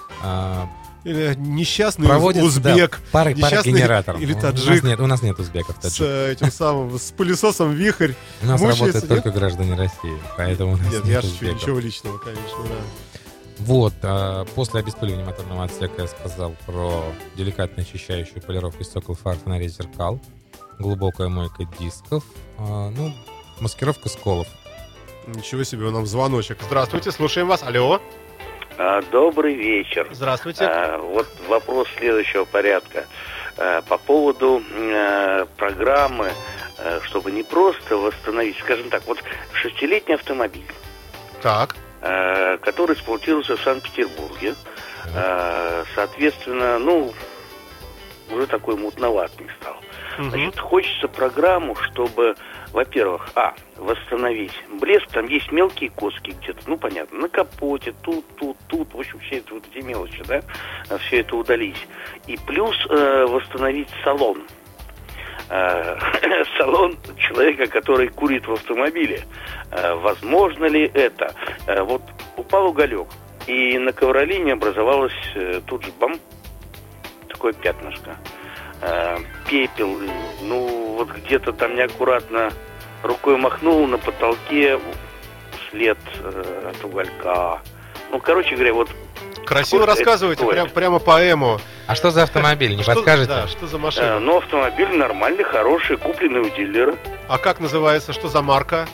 или несчастный Да, узбек, пара генераторов. Или таджик. У нас нет узбеков. С этим самым, с пылесосом вихрь. У нас работают только граждане России, поэтому у нас нет нет я узбеков. Ничего личного, конечно, да. Вот, после обеспыливания моторного отсека я сказал про деликатно очищающую полировку стекол, фар, фонарей, зеркал, глубокая мойка дисков, маскировка сколов. Ничего себе, у нас звоночек. Здравствуйте, слушаем вас. Алло. Добрый вечер. Здравствуйте. Вот вопрос следующего порядка. По поводу программы, чтобы не просто восстановить, скажем так, вот 6-летний автомобиль, так, который эксплуатируется в Санкт-Петербурге, соответственно, уже такой мутноватый стал. Значит, хочется программу, чтобы, во-первых, восстановить блеск, там есть мелкие костки где-то, понятно, на капоте, тут, в общем, все это вот эти мелочи, да, все это удалить. И плюс восстановить салон. Салон человека, который курит в автомобиле. Возможно ли это? Вот упал уголек, и на ковролине образовалось тут же такое пятнышко. Пепел, вот где-то там неаккуратно рукой махнул, на потолке след от уголька. Короче говоря, вот... Красиво рассказываете, прямо поэму. А что за автомобиль, не подскажете? Да, что за машина? Автомобиль нормальный, хороший, купленный у дилера. А как называется, что за марка?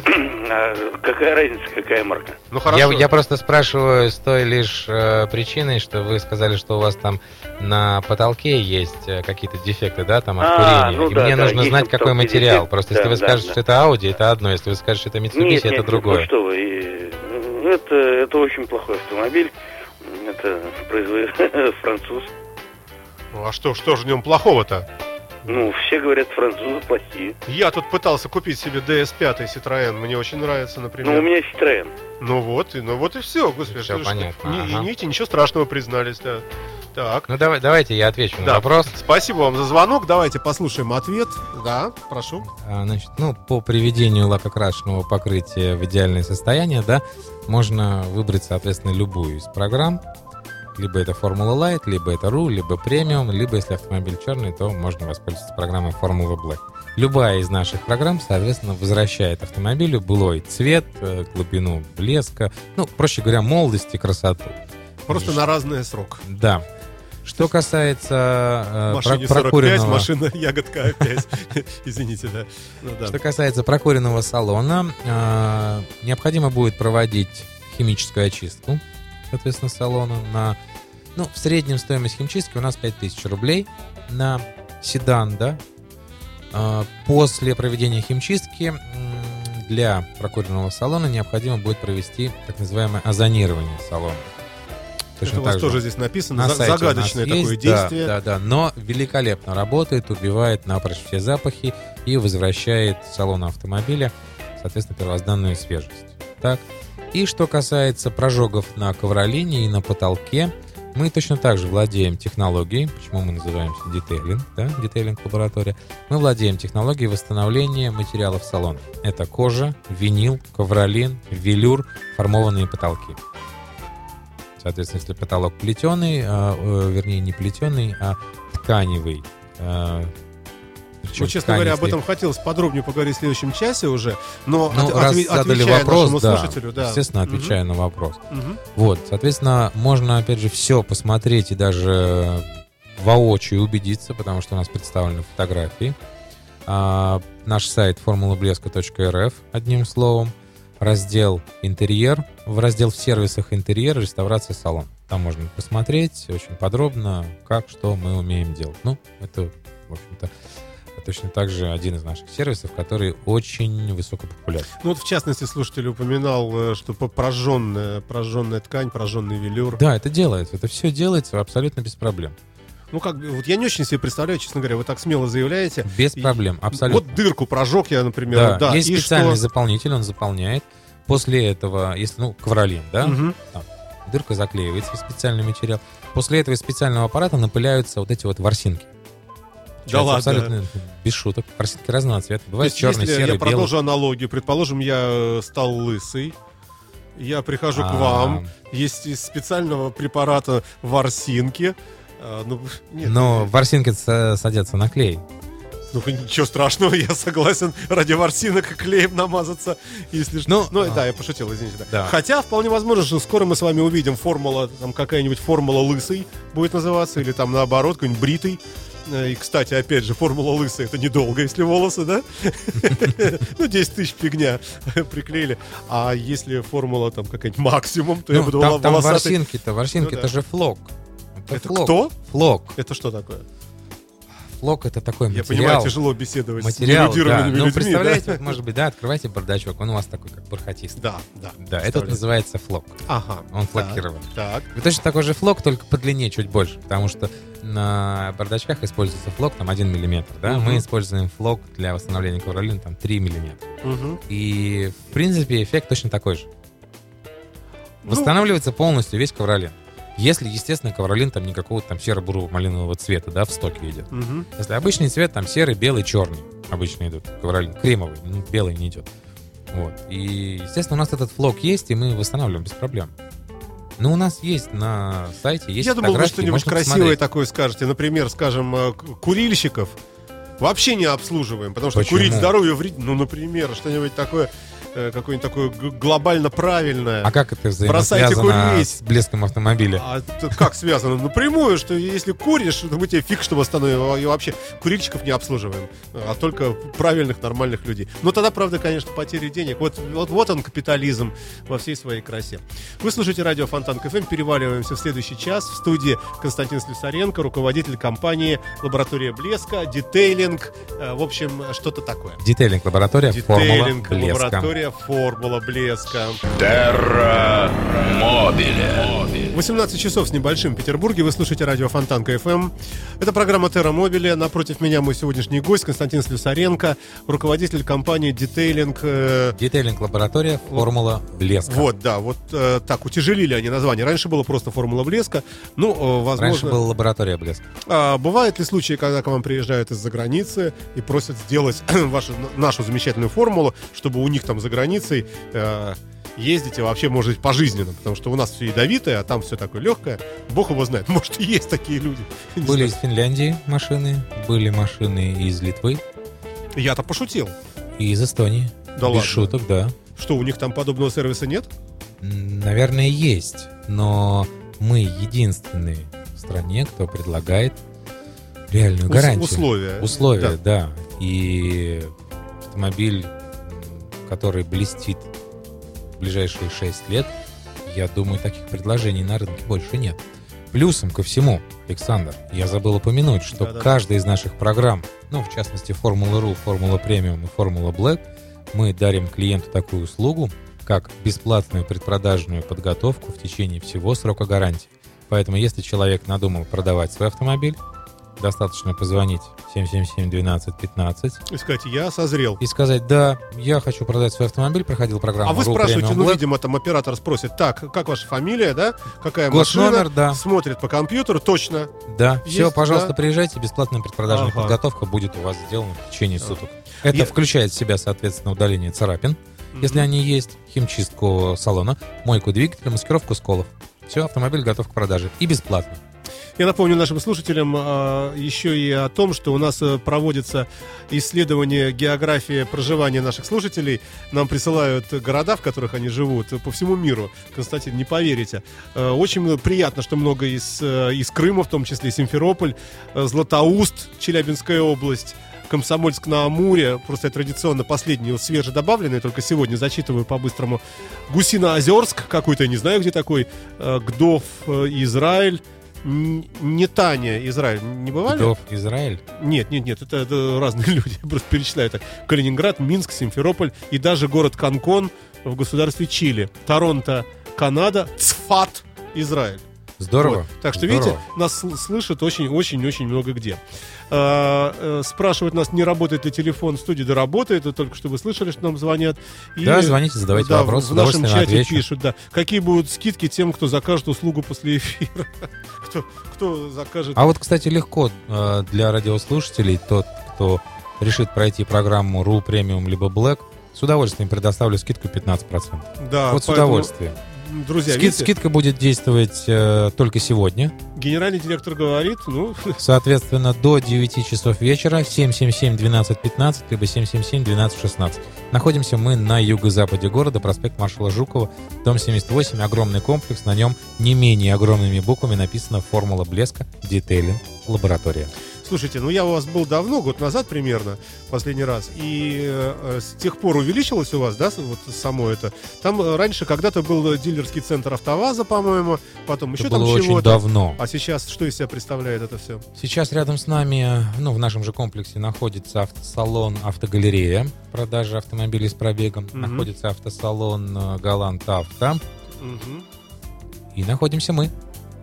Какая разница, какая марка? Хорошо. Я просто спрашиваю с той лишь причиной, что вы сказали, что у вас там на потолке есть какие-то дефекты, да, там от курения. И мне нужно знать, какой материал. Просто если вы скажете, что это Audi, это одно. Если вы скажете, что это Mitsubishi, это другое. Нет, что вы. Это очень плохой автомобиль. Это производитель француз. А что же в нем плохого-то? Все говорят, французы плохие. Я тут пытался купить себе DS5 Citroën. Мне очень нравится, например. У меня Citroën. Вот и все, господи. Все понятно. Видите, ничего страшного признались, да. Так. Давайте я отвечу на вопрос. Спасибо вам за звонок. Давайте послушаем ответ. Да, прошу. Значит, по приведению лакокрашенного покрытия в идеальное состояние, да, можно выбрать, соответственно, любую из программ. Либо это Formula Light, либо это RU, либо Premium, либо, если автомобиль черный, то можно воспользоваться программой Formula Black. Любая из наших программ, соответственно, возвращает автомобилю былой цвет, глубину блеска, проще говоря, молодость и красоту. Просто на разный срок. Да. Что касается машине 45, машина ягодка опять. Извините, да. Что касается прокуренного салона, необходимо будет проводить химическую очистку, соответственно, салона. В среднем стоимость химчистки у нас 5000 рублей на седан, да. После проведения химчистки для прокуренного салона необходимо будет провести так называемое озонирование салона. Это у вас тоже здесь написано, загадочное такое действие. Да, но великолепно работает, убивает напрочь все запахи и возвращает салону автомобиля, соответственно, первозданную свежесть. Так, И что касается прожогов на ковролине и на потолке, мы точно так же владеем технологией, почему мы называемся детейлинг, да, детейлинг-лаборатория. Мы владеем технологией восстановления материалов салона. Это кожа, винил, ковролин, велюр, формованные потолки. Соответственно, если потолок плетеный, вернее, не плетеный, а тканевый. Ну, честно говоря, об этом хотелось подробнее поговорить в следующем часе уже, но раз задали вопрос, слушателю, да, естественно, отвечаю на вопрос. Вот, соответственно, можно, опять же, все посмотреть и даже воочию убедиться, потому что у нас представлены фотографии. Наш сайт formulablеска.рф, одним словом, раздел «Интерьер», в раздел «В сервисах интерьер», реставрация салон. Там можно посмотреть очень подробно, как, что мы умеем делать. Ну, это, в общем-то, точно так же один из наших сервисов, который очень высокопопулярен. Ну вот, в частности, слушатель упоминал, что прожженная ткань, прожженный велюр. Да, это делается. Это все делается абсолютно без проблем. Ну, как бы, вот я не очень себе представляю, честно говоря, вы так смело заявляете. Без проблем, абсолютно. Вот дырку прожег я, например. Да, есть специальный заполнитель, он заполняет. После этого, если, ковролин, да, там, дырка заклеивается в специальный материал. После этого из специального аппарата напыляются вот эти вот ворсинки. Да ладно. Абсолютно без шуток. Ворсинки разного цвета. Бывает черный, серый, белый. Я продолжу аналогию. Предположим, я стал лысый. Я прихожу к вам. Есть из специального препарата ворсинки. Но ворсинки садятся на клей. Ну, ничего страшного, я согласен ради ворсинок клеем намазаться, если что. Да, я пошутил, извините. Да. Хотя, вполне возможно, что скоро мы с вами увидим формула, там какая-нибудь формула лысый будет называться, или там наоборот, какой-нибудь бритый. И, кстати, опять же, формула лысый — это недолго, если волосы, да? 10 тысяч фигня приклеили. А если формула там какая-нибудь максимум, то я буду волосатый. Там ворсинки, это же флок. Это кто? Флок. Это что такое? Флок — это такой материал. Я понимаю, тяжело беседовать с нерудированными людьми. Представляете, может быть, открывайте бардачок, он у вас такой, как бархатист. Да. Этот называется флок. Ага. Он флокирован. Так. И точно такой же флок, только по длине чуть больше, потому что на бардачках используется флок там 1 миллиметр, да? Мы используем флок для восстановления ковролина там 3 миллиметра. И, в принципе, эффект точно такой же. Восстанавливается полностью весь ковролин. Если, естественно, ковролин там никакого там серо-буро-малинового цвета, да, в стоке идет. Если обычный цвет, там серый, белый, черный обычно идут ковролин, кремовый, белый не идет. Вот. И, естественно, у нас этот флок есть, и мы восстанавливаем без проблем. Но у нас есть на сайте, есть Я думал, вы что-нибудь красивое посмотреть. Такое скажете. Например, скажем, курильщиков вообще не обслуживаем, потому что Почему? Курить здоровью вредно. Ну, например, что-нибудь такое, какое-нибудь такое глобально правильное. А как это взаимосвязано с блеском автомобиля? А как связано? Напрямую, что если куришь, то мы тебе фиг что восстановим. И вообще курильщиков не обслуживаем, а только правильных, нормальных людей. Но тогда, правда, конечно, потери денег. Вот он, капитализм во всей своей красе. Вы слушаете радио Фонтан КФМ. Переваливаемся в следующий час. В студии Константин Слюсаренко, руководитель компании «Лаборатория блеска», детейлинг, в общем, что-то такое. Детейлинг-лаборатория «Формула блеска». Формула блеска. Терра Мобиле. 18 часов с небольшим в Петербурге. Вы слушаете радио Фонтан КФМ. Это программа Терра Мобиле. Напротив меня мой сегодняшний гость Константин Слюсаренко, руководитель компании детейлинг. Детейлинг-лаборатория «Формула блеска». Вот, да, вот так утяжелили они название. Раньше было просто «Формула блеска». Ну, возможно... Раньше была «Лаборатория блеска». Бывают ли случаи, когда к вам приезжают из-за границы и просят сделать нашу замечательную формулу, чтобы у них там за границей ездите вообще, может быть, пожизненно, потому что у нас все ядовитое, а там все такое легкое. Бог его знает, может, и есть такие люди. Были из Финляндии машины, были машины из Литвы. Я-то пошутил. И из Эстонии. Да ладно? Без шуток, да. Что, у них там подобного сервиса нет? Наверное, есть, но мы единственные в стране, кто предлагает реальную гарантию. Условия, да. И автомобиль, который блестит в ближайшие 6 лет, я думаю, таких предложений на рынке больше нет. Плюсом ко всему, Александр, я забыл упомянуть, что каждая из наших программ, ну, в частности, Формула.ру, Формула Премиум и Формула Блэк, мы дарим клиенту такую услугу, как бесплатную предпродажную подготовку в течение всего срока гарантии. Поэтому, если человек надумал продавать свой автомобиль, Достаточно позвонить 777-12-15. И сказать, я созрел. И сказать, да, я хочу продать свой автомобиль, проходил программу. А вы RU спрашиваете, Premium ну, Black. видимо, там оператор спросит, так, как ваша фамилия, да? Какая Госномер, машина? да. Смотрит по компьютеру, точно. Да, Есть, все, пожалуйста, да. приезжайте, бесплатная предпродажная Ага. подготовка будет у вас сделана в течение суток. Это Я- включает в себя, соответственно, удаление царапин, если они есть, химчистку салона, мойку двигателя, маскировку сколов. Все, автомобиль готов к продаже. И бесплатно. Я напомню нашим слушателям еще и о том, что у нас проводится исследование географии проживания наших слушателей. Нам присылают города, в которых они живут, по всему миру. Константин, не поверите. Очень приятно, что много из Крыма, в том числе Симферополь, Златоуст, Челябинская область, Комсомольск-на-Амуре, просто я традиционно последние свежедобавленные, только сегодня зачитываю по-быстрому. Гусиноозерск, какой-то, не знаю, где такой, Гдов, Израиль, Нетания, Израиль. Не бывали? Гдов, Израиль. Нет, это разные люди, я просто перечисляю так. Калининград, Минск, Симферополь и даже город Канкон в государстве Чили. Торонто, Канада, Цфат, Израиль. Здорово. Вот. Так что, Здорово. видите, нас слышат очень-очень-очень много где. Спрашивают нас, не работает ли телефон в студии. Да работает, это только что вы слышали, что нам звонят. И, Да, звоните, задавайте да, вопросы, в нашем удовольствием чате отвечу. пишут, да. Какие будут скидки тем, кто закажет услугу после эфира? Кто закажет? А вот, кстати, легко для радиослушателей, тот, кто решит пройти программу RU Premium либо Black, с удовольствием предоставлю скидку 15%. Да, Вот с поэтому, удовольствием. Друзья, видите, Скидка будет действовать только сегодня. генеральный директор говорит, ну, Соответственно, до 9 часов вечера 777-12-15, либо 777-12-16. Находимся мы на юго-западе города, проспект маршала Жукова, дом 78, огромный комплекс. На нем не менее огромными буквами написано «Формула блеска, детейлинг, лаборатория». слушайте, ну я у вас был давно, год назад примерно, последний раз, и с тех пор увеличилось у вас, да, вот само это? Там раньше когда-то был дилерский центр АвтоВАЗа, по-моему, потом еще Это там было чего-то. очень давно. А сейчас что из себя представляет это все? Сейчас рядом с нами, в нашем же комплексе находится автосалон «Автогалерея», продажа автомобилей с пробегом. Мгм. Находится автосалон «Галант Авто». Мгм. И находимся мы.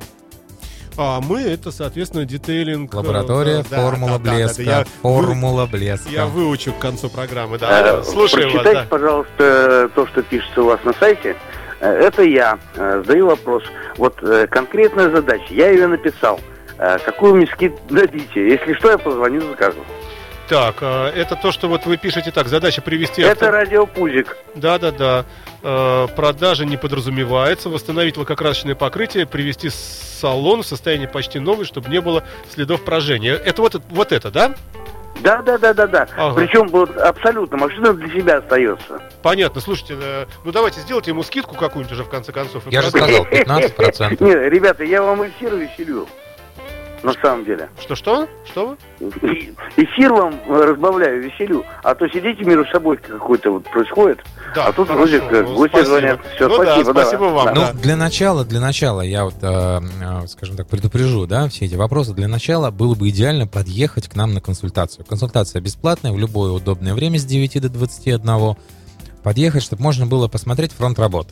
А мы это, соответственно, детейлинг. Лаборатория, да, формула да, блеска. я Формула блеска. Я выучу к концу программы, да. Слушаем вас, Прочитайте, да. пожалуйста, то, что пишется у вас на сайте. Это я задаю вопрос. Вот конкретная задача. Я ее написал. Какую мне скидку дадите? Если что, я позвоню, закажу. Так, это то, что вот вы пишете так, задача привести... Это радиопузик. Да. Продажа не подразумевается. Восстановить лакокрасочное покрытие, привести салон в состояние почти новый, чтобы не было следов брожения. Это вот это, да? Да. Ага. Причем вот абсолютно машина для себя остается. Понятно. Слушайте, ну давайте сделайте ему скидку какую-нибудь уже в конце концов. и Я же продайте. сказал, 15%. Нет, ребята, я вам эфир веселю. На самом деле. Что? Что вы? Эфир вам разбавляю, веселю. А то сидите между собой какой-то вот происходит. Да, а тут хорошо. вроде как гости Спасибо. звонят. Все, Ну спасибо. да, спасибо вам. Ну, Да. для начала я вот, скажем так, предупрежу, да, все эти вопросы. Для начала было бы идеально подъехать к нам на консультацию. Консультация бесплатная, в любое удобное время с 9 до 21. Подъехать, чтобы можно было посмотреть фронт работ.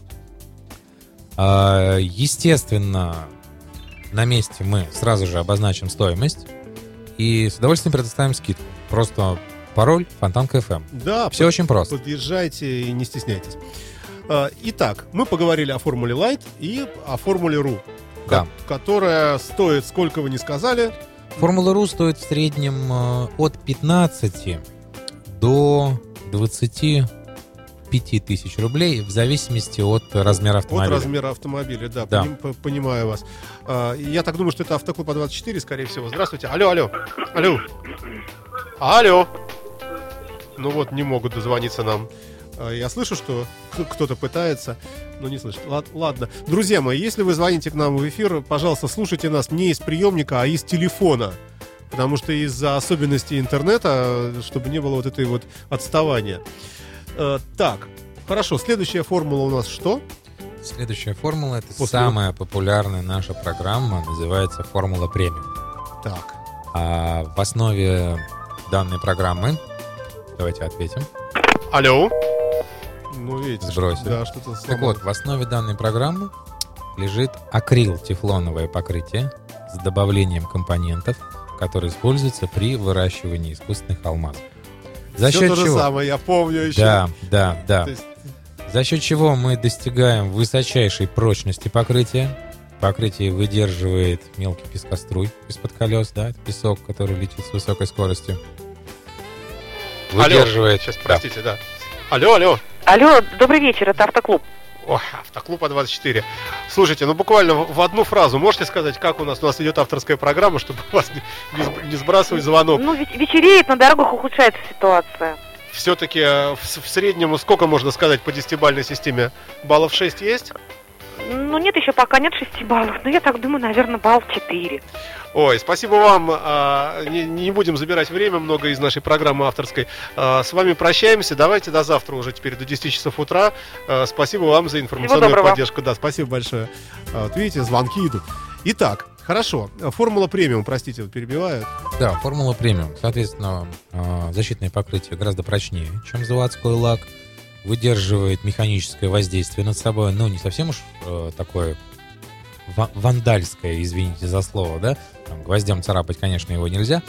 Естественно, на месте мы сразу же обозначим стоимость и с удовольствием предоставим скидку. Просто пароль Фонтанка FM. Да, Все очень просто. подъезжайте и не стесняйтесь. Итак, мы поговорили о формуле Light и о формуле RU, Да. которая стоит, сколько вы не сказали, Формула RU стоит в среднем от 15 до 25 тысяч рублей в зависимости от размера автомобиля. от размера автомобиля. Да, Да. Понимаю вас. Я так думаю, что это Автоклуб А24, скорее всего. Здравствуйте. Алло. Ну вот, не могут дозвониться нам. Я слышу, что кто-то пытается, но не слышит. Ладно. Друзья мои, если вы звоните к нам в эфир, пожалуйста, слушайте нас не из приемника, а из телефона. Потому что из-за особенностей интернета, чтобы не было вот этой вот отставания. Так, хорошо. Следующая формула у нас что? Следующая формула — это После- самая популярная наша программа, называется «Формула премиум». Так. А в основе данной программы, давайте ответим, Алло. Ну, видите, Сбросили. да, что-то так сломалось. вот, в основе данной программы лежит акрил-тефлоновое покрытие с добавлением компонентов который используется при выращивании искусственных алмазов. За счет чего? То же самое, я помню еще. Да. Есть... За счет чего мы достигаем высочайшей прочности покрытия. Покрытие выдерживает мелкий пескоструй из-под колес, да, это песок, который летит с высокой скоростью. Выдерживает. Алло, сейчас, простите, да. Алло. Алло, добрый вечер, это Автоклуб. О, Автоклуб А24. Слушайте, буквально в одну фразу можете сказать, как у нас идет авторская программа, чтобы вас не сбрасывать звонок? Вечереет, на дорогах ухудшается ситуация. Все-таки в среднем сколько можно сказать по 10-бальной системе? Баллов 6 есть? Нет, еще пока нет 6 баллов. Но я так думаю, наверное, балл 4. Ой, спасибо вам. Не будем забирать время много из нашей программы авторской. С вами прощаемся. Давайте до завтра уже теперь до 10 часов утра. Спасибо вам за информационную поддержку. Да, спасибо большое. Вот видите, звонки идут. Итак, хорошо. Формула премиум, простите, перебиваю. Да, формула премиум. Соответственно, защитное покрытие гораздо прочнее, чем заводской лак. Выдерживает механическое воздействие над собой. Не совсем уж такое вандальское, извините за слово, да? Гвоздем царапать, конечно, его нельзя.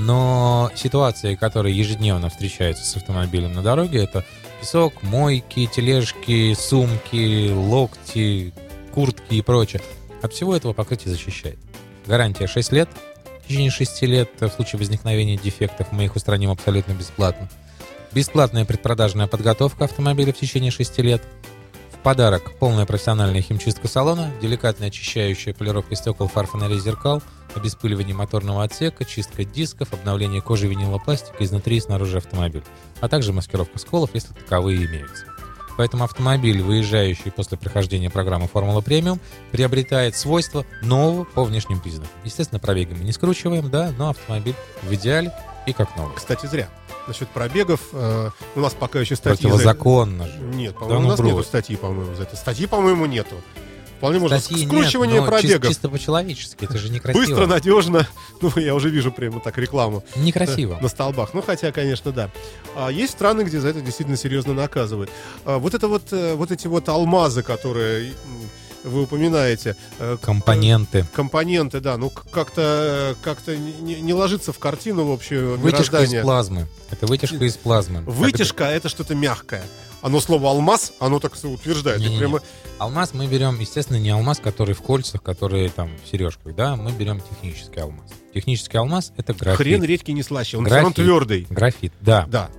Но ситуации, которые ежедневно встречаются с автомобилем на дороге, это песок, мойки, тележки, сумки, локти, куртки и прочее. От всего этого покрытие защищает. Гарантия 6 лет. В течение 6 лет в случае возникновения дефектов мы их устраним абсолютно бесплатно. Бесплатная предпродажная подготовка автомобиля в течение 6 лет. В подарок полная профессиональная химчистка салона, деликатная очищающая полировка стекол, фар, фонарей, зеркал, обеспыливание моторного отсека, чистка дисков, обновление кожи винилопластика изнутри и снаружи автомобиля, а также маскировка сколов, если таковые имеются. Поэтому автомобиль, выезжающий после прохождения программы «Формула премиум», приобретает свойства нового по внешним признакам. Естественно, пробеги мы не скручиваем, да, но автомобиль в идеале и как новый. Кстати, зря. Насчет пробегов, у нас пока еще статьи... Противозаконно же. Нет, по-моему, у нас нету статьи, по-моему, за это. Статьи, по-моему, нету. Вполне можно скручивание пробегов. Чисто по-человечески, это же некрасиво. Быстро, надежно. Я уже вижу прямо так рекламу. Некрасиво. На столбах. Хотя, конечно, да. Есть страны, где за это действительно серьезно наказывают. Вот эти алмазы, которые... Вы упоминаете. Компоненты. Компоненты, да. Как-то не ложится в картину в общее вытяжка мироздание. Из плазмы. Это вытяжка из плазмы. Вытяжка — это что-то мягкое. Слово «алмаз», оно так утверждает. Прямо... Алмаз мы берем, естественно, не алмаз, который в кольцах, который там в сережках, да, мы берем технический алмаз. Технический алмаз — это графит. Хрен редьки не слаще, он все равно твердый. Графит, да. Да.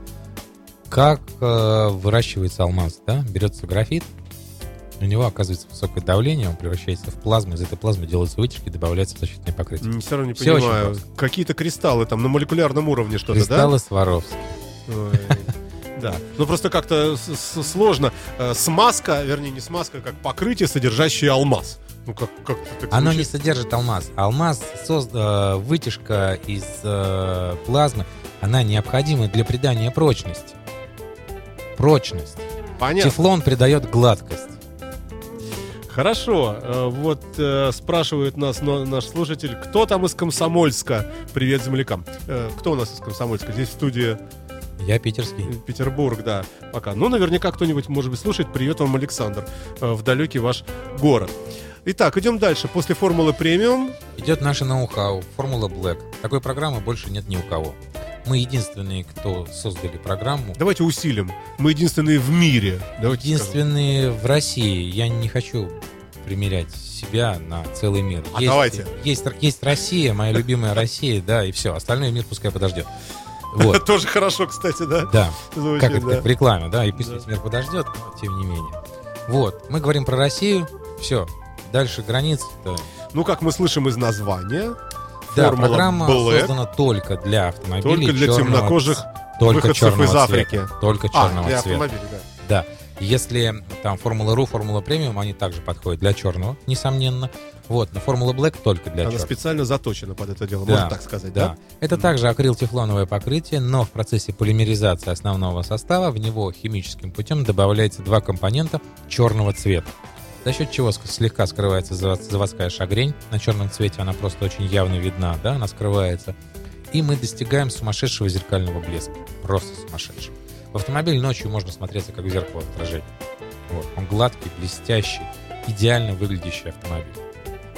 Как выращивается алмаз, да? Берется графит, у него оказывается высокое давление, он превращается в плазму, из этой плазмы делаются вытяжки, добавляется защитное покрытие. Все равно не понимаю. Какие-то кристаллы там на молекулярном уровне что-то, да? Кристаллы Сваровски. Да, просто как-то сложно. Смазка, вернее, не смазка, как покрытие, содержащее алмаз. Оно не содержит алмаз. Алмаз, вытяжка из плазмы, она необходима для придания прочности. Прочность. Понятно. Тефлон придает гладкость. Хорошо, спрашивает нас наш слушатель, кто там из Комсомольска? Привет землякам. Кто у нас из Комсомольска? Здесь в студии... Я питерский. Петербург, да, пока. Наверняка кто-нибудь, может быть, слушает. Привет вам, Александр, в далекий ваш город. Итак, идем дальше. После формулы премиум идет наше ноу-хау, формула Black. Такой программы больше нет ни у кого. Мы единственные, кто создали программу. Давайте усилим. Мы единственные в мире. Единственные в России. Я не хочу примерять себя на целый мир. Давайте. Есть Россия, моя любимая Россия, да, и все. Остальной мир пускай подождет. Вот. Тоже хорошо, кстати, да? Да. Звучит, как это в рекламе, да, и пусть весь мир подождет, но тем не менее. Вот, мы говорим про Россию, все, дальше границ-то... Как мы слышим из названия, да, программа создана только для автомобилей. Только для темнокожих выходцев из Африки. Только черного для цвета. Автомобилей, да. Да. Если там Формула.ру, Формула Премиум, они также подходят для черного, несомненно. Но Формула Black только для черного. Она специально заточена под это дело, можно так сказать, да? Это также акрилтефлоновое покрытие, но в процессе полимеризации основного состава в него химическим путем добавляется 2 компонента черного цвета. За счет чего слегка скрывается заводская шагрень. На черном цвете она просто очень явно видна, да, она скрывается. И мы достигаем сумасшедшего зеркального блеска. Просто сумасшедшего. В автомобиле ночью можно смотреться как в зеркало отражения. Он гладкий, блестящий, идеально выглядящий автомобиль.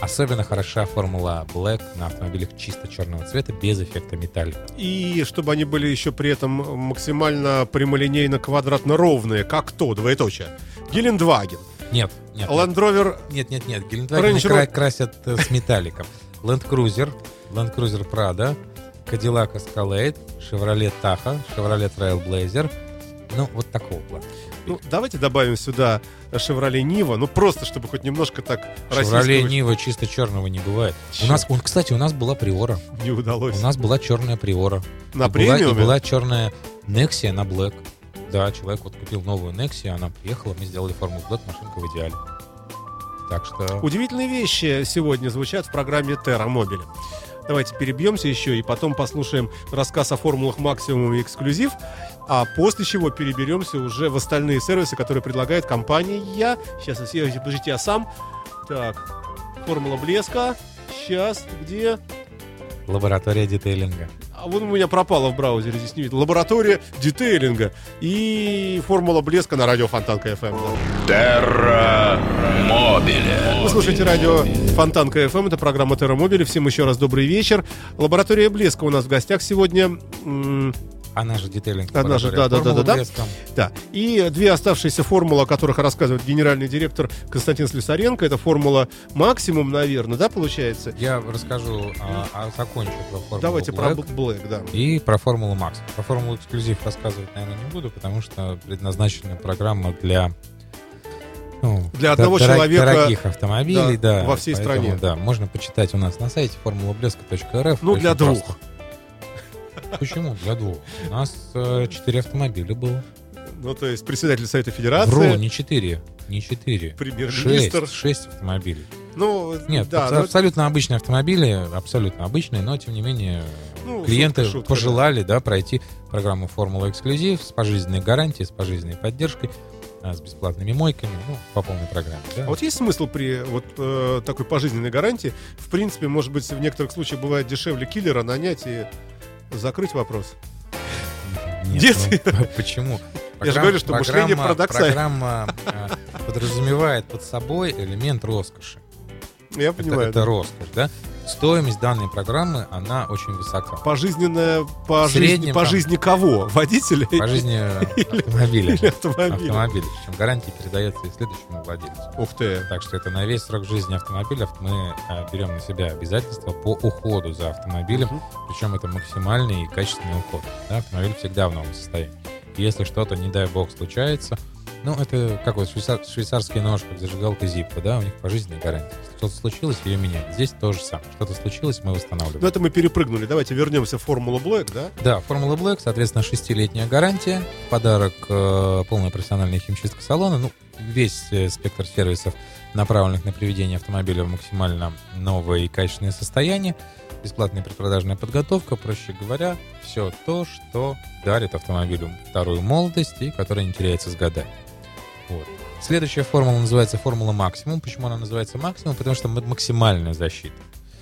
Особенно хороша формула Black на автомобилях чисто черного цвета, без эффекта металлика. И чтобы они были еще при этом максимально прямолинейно квадратно ровные, как то, двоеточие. Гелендваген. Нет. Land Rover. Нет. Гелендваген красят с металликом. Land Cruiser Prado, Cadillac Escalade, Chevrolet Tahoe, Chevrolet Trailblazer. Ну, вот такого плана. Ну, давайте добавим сюда Chevrolet Niva, просто чтобы хоть немножко так Chevrolet Niva чисто черного не бывает. Кстати, у нас была Приора. Не удалось. У нас была черная Приора. На премиуме? И была черная Nexia на Black. Да, человек вот купил новую Nexia, она приехала, мы сделали формулу Black, машинка в идеале. Так что... Удивительные вещи сегодня звучат в программе Terra Mobile. Давайте перебьемся еще и потом послушаем рассказ о формулах Максимум и Эксклюзив, а после чего переберемся уже в остальные сервисы, которые предлагает компания. Сейчас, подождите, я сам. Так, формула блеска. Сейчас, где? Лаборатория детейлинга. А вот у меня пропала в браузере, здесь не видно. Лаборатория детейлинга и формула блеска на радио Фонтанка FM. Terra Mobile. Вы слушаете радио Фонтанка FM, это программа Terra Mobile. Всем еще раз добрый вечер. Лаборатория блеска у нас в гостях сегодня. Она же детейлинг. Она же, да. И две оставшиеся формулы, о которых рассказывает генеральный директор Константин Слесаренко. Это формула Максимум, наверное, да, получается? Я расскажу, закончу про формулу Давайте Black, про Black, да. И про формулу Максимум. Про формулу Эксклюзив рассказывать, наверное, не буду, потому что предназначена программа для одного человека, дорогих автомобилей, да, во всей стране. Да, можно почитать у нас на сайте formulablеска.rf. Ну, для двух. Просто. Почему? Для двух. У нас 4 автомобиля было. Ну, то есть председатель Совета Федерации. Вру, не 4. Премьер-министр. 6 автомобилей. Ну, нет, да, абсолютно обычные автомобили, абсолютно обычные, но, тем не менее, клиенты шутка, пожелали пройти программу «Формула Эксклюзив» с пожизненной гарантией, с пожизненной поддержкой, с бесплатными мойками, по полной программе. Да? А вот есть смысл при такой пожизненной гарантии? В принципе, может быть, в некоторых случаях бывает дешевле киллера нанять и закрыть вопрос. Нет. Почему? Я же говорю, что мышление парадоксально. Программа подразумевает под собой элемент роскоши. Я понимаю. Это роскошь, да? Стоимость данной программы, она очень высока. Пожизненная по жизни кого? Водителя? По жизни автомобиля. Автомобиля. Причем гарантия передается и следующему владельцу. Ух ты. Так что это на весь срок жизни автомобиля мы берем на себя обязательства по уходу за автомобилем. Причем это максимальный и качественный уход. Да? Автомобиль всегда в новом состоянии. Если что-то, не дай бог, случается, это как вот швейцарский нож, как зажигалка Zippo, да, у них пожизненная гарантия. Что-то случилось, ее меняют. Здесь то же самое. Что-то случилось, мы восстанавливаем. Но это мы перепрыгнули. Давайте вернемся в Формулу Black, да? Да, Формула Black, соответственно, 6-летняя гарантия. В подарок полная профессиональная химчистка салона. Весь спектр сервисов, направленных на приведение автомобиля в максимально новое и качественное состояние. Бесплатная предпродажная подготовка, проще говоря, все то, что дарит автомобилю вторую молодость и которая не теряется с годами. Вот. Следующая формула называется формула Максимум. Почему она называется Максимум? Потому что максимальная защита.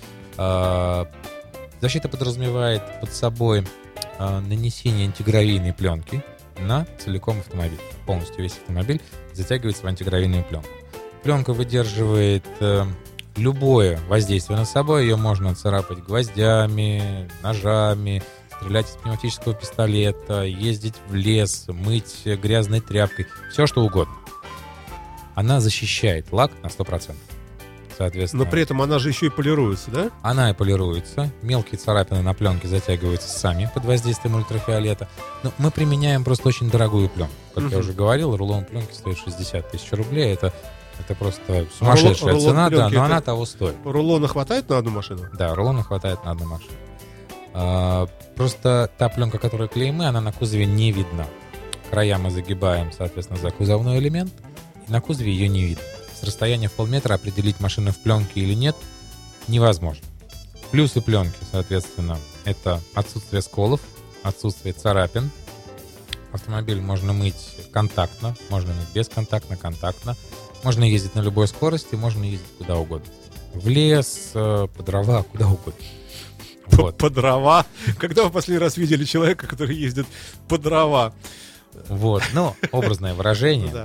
Защита подразумевает под собой нанесение антигравийной пленки на целиком автомобиль. Полностью весь автомобиль затягивается в антигравийную пленку. Пленка выдерживает любое воздействие на собой. Ее можно царапать гвоздями, ножами, стрелять из пневматического пистолета, ездить в лес, мыть грязной тряпкой. Все, что угодно. Она защищает лак на 100%. Соответственно, но при этом она же еще и полируется, да? Она и полируется. Мелкие царапины на пленке затягиваются сами под воздействием ультрафиолета. Но мы применяем просто очень дорогую пленку. Как я уже говорил, рулон пленки стоит 60 тысяч рублей. Это просто сумасшедшая цена, да, но она того стоит. Рулона хватает на одну машину? Да, рулона хватает на одну машину. Просто та пленка, которую клеим мы, она на кузове не видна. Края мы загибаем, соответственно, за кузовной элемент, и на кузове ее не видно. С расстояния в полметра определить, машина в пленке или нет, невозможно. Плюсы пленки, соответственно, это отсутствие сколов, отсутствие царапин. Автомобиль можно мыть контактно, можно мыть бесконтактно, контактно. Можно ездить на любой скорости, можно ездить куда угодно. В лес, по дрова, куда угодно. Вот. По дрова? Когда вы последний раз видели человека, который ездит по дрова? Вот, образное выражение, да.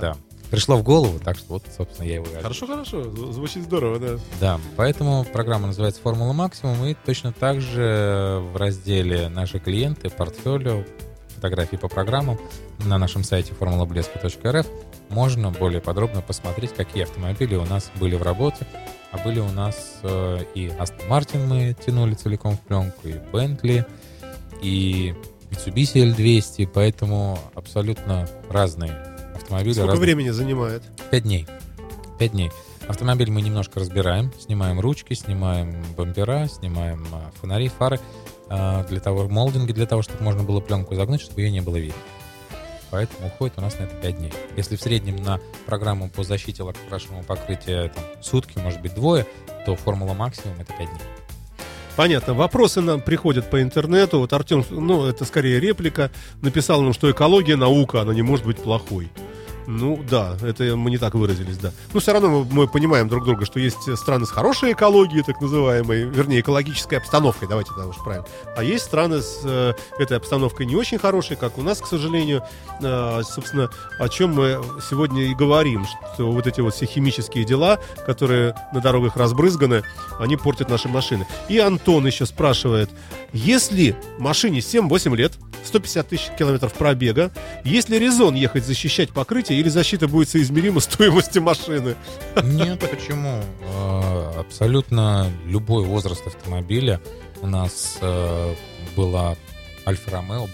пришло в голову, так что вот, собственно, я его и Хорошо, звучит здорово, да. Да, поэтому программа называется «Формула Максимум», и точно так же в разделе «Наши клиенты», «Портфолио», фотографии по программам на нашем сайте formulablesco.rf можно более подробно посмотреть, какие автомобили у нас были в работе. А были у нас и Aston Martin мы тянули целиком в пленку, и Bentley, и Mitsubishi L200, поэтому абсолютно разные автомобили. Сколько времени занимает? 5 дней. 5 дней. Автомобиль мы немножко разбираем, снимаем ручки, снимаем бампера, снимаем фонари, фары, молдинги для того, чтобы можно было пленку загнуть, чтобы ее не было видно. Поэтому уходит у нас на это 5 дней. Если в среднем на программу по защите лакокрашенного покрытия сутки, может быть, 2, то формула максимум — это 5 дней. Понятно. Вопросы нам приходят по интернету. Вот Артем, это скорее реплика, написал нам, что экология — наука, она не может быть плохой. Ну, да, это мы не так выразились, да. Но все равно мы понимаем друг друга, что есть страны с хорошей экологией, так называемой, вернее, экологической обстановкой, давайте так уж правильно. А есть страны с этой обстановкой не очень хорошей, как у нас, к сожалению. Собственно, о чем мы сегодня и говорим, что вот эти вот все химические дела, которые на дорогах разбрызганы, они портят наши машины. И Антон еще спрашивает, если машине 7-8 лет, 150 тысяч километров пробега, есть ли резон ехать защищать покрытие, или защита будет соизмерима стоимостью машины? Нет, почему? Абсолютно любой возраст автомобиля. У нас была Альфа Ромео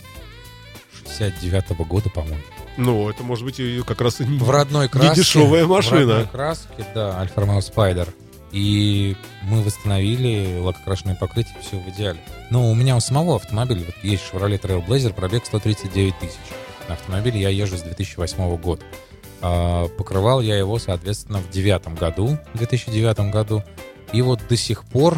69-го года, по-моему. Ну, это может быть как раз и в родной краске, недешевая машина. В родной краске, да, Альфа Ромео Спайдер. И мы восстановили лакокрашенное покрытие, все в идеале. Но у меня у самого автомобиля, вот есть Chevrolet Trailblazer, пробег 139 тысяч. На автомобиле я езжу с 2008 года. Покрывал я его, соответственно, в 2009 году. И вот до сих пор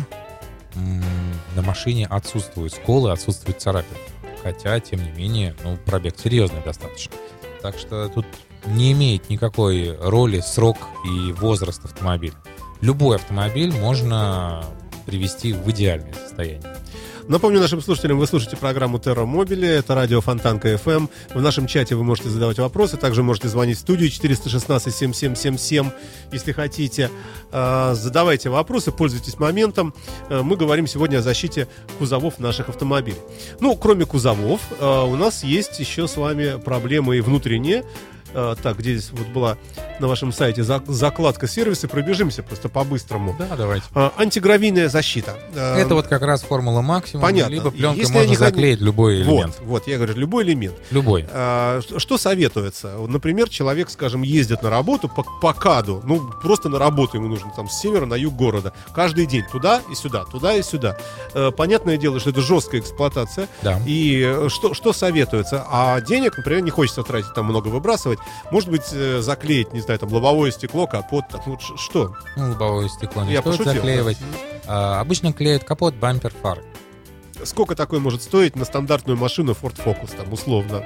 на машине отсутствуют сколы, отсутствуют царапины. Хотя, тем не менее, пробег серьезный достаточно. Так что тут не имеет никакой роли срок и возраст автомобиля. Любой автомобиль можно привести в идеальное состояние. Напомню нашим слушателям, вы слушаете программу Terra Mobile, это радио Фонтанка FM. В нашем чате вы можете задавать вопросы, также можете звонить в студию 416-7777, если хотите. Задавайте вопросы, пользуйтесь моментом. Мы говорим сегодня о защите кузовов наших автомобилей. Кроме кузовов, у нас есть еще с вами проблемы и внутренние. Так, где здесь вот была на вашем сайте закладка сервиса, пробежимся просто по-быстрому. Да, давайте. Антигравийная защита. Это вот как раз формула максимум. Понятно. Либо пленкой можно заклеить любой элемент. Вот, я говорю, любой элемент. Любой. Что советуется? Например, человек, скажем, ездит на работу по КАДу, просто на работу ему нужно там с севера на юг города. Каждый день туда и сюда, туда и сюда. Понятное дело, что это жесткая эксплуатация. Да. И что советуется? А денег, например, не хочется тратить, там много выбрасывать. Может быть, заклеить, не знаю, там лобовое стекло, капот, что? Лобовое стекло не стоит заклеивать. Да. Обычно клеят капот, бампер, фары. Сколько такой может стоить на стандартную машину Ford Focus, там, условно?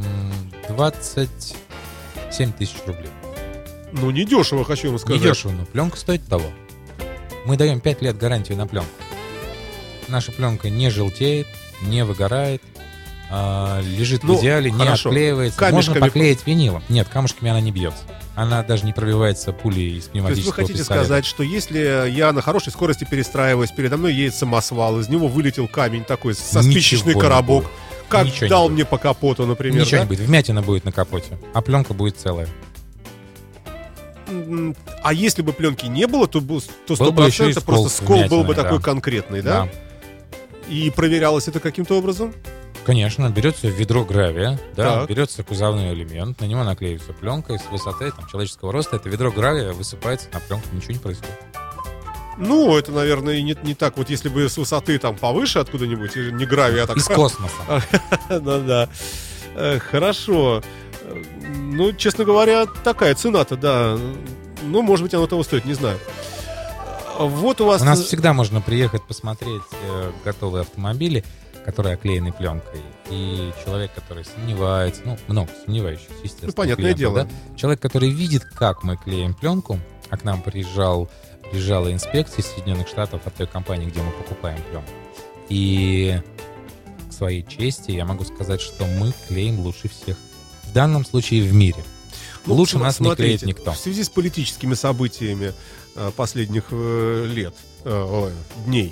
27 тысяч рублей. Не дешево, хочу вам сказать. Не дешево, но пленка стоит того. Мы даем 5 лет гарантию на пленку. Наша пленка не желтеет, не выгорает, лежит в идеале, не отклеивается. Камешками... Можно поклеить винилом. Нет, камушками она не бьется. Она даже не пробивается пулей из пневматического пистолета. То есть вы хотите сказать, что если я на хорошей скорости перестраиваюсь, передо мной едет самосвал, из него вылетел камень такой со спичечный коробок, как ничего дал мне по капоту, например. Ничего не будет, вмятина будет на капоте, а пленка будет целая. А если бы пленки не было, то 100% просто скол был бы такой конкретный, да? И проверялось это каким-то образом? Конечно, берется ведро гравия, да, берется кузовной элемент, на него наклеивается пленка, и с высоты человеческого роста это ведро гравия высыпается на пленку, ничего не происходит. Это, наверное, не так. Вот если бы с высоты там повыше откуда-нибудь, не гравия, а так... Из космоса. Да. Хорошо. Честно говоря, такая цена-то, да. Может быть, оно того стоит, не знаю. Вот у вас... У нас всегда можно приехать посмотреть готовые автомобили, которые оклеены пленкой. И человек, который сомневается, много сомневающихся, естественно. Понятное дело. Да? Человек, который видит, как мы клеим пленку, а к нам приезжала инспекция из Соединенных Штатов от той компании, где мы покупаем пленку. И к своей чести я могу сказать, что мы клеим лучше всех. В данном случае в мире. Лучше нас не клеит никто. В связи с политическими событиями последних дней,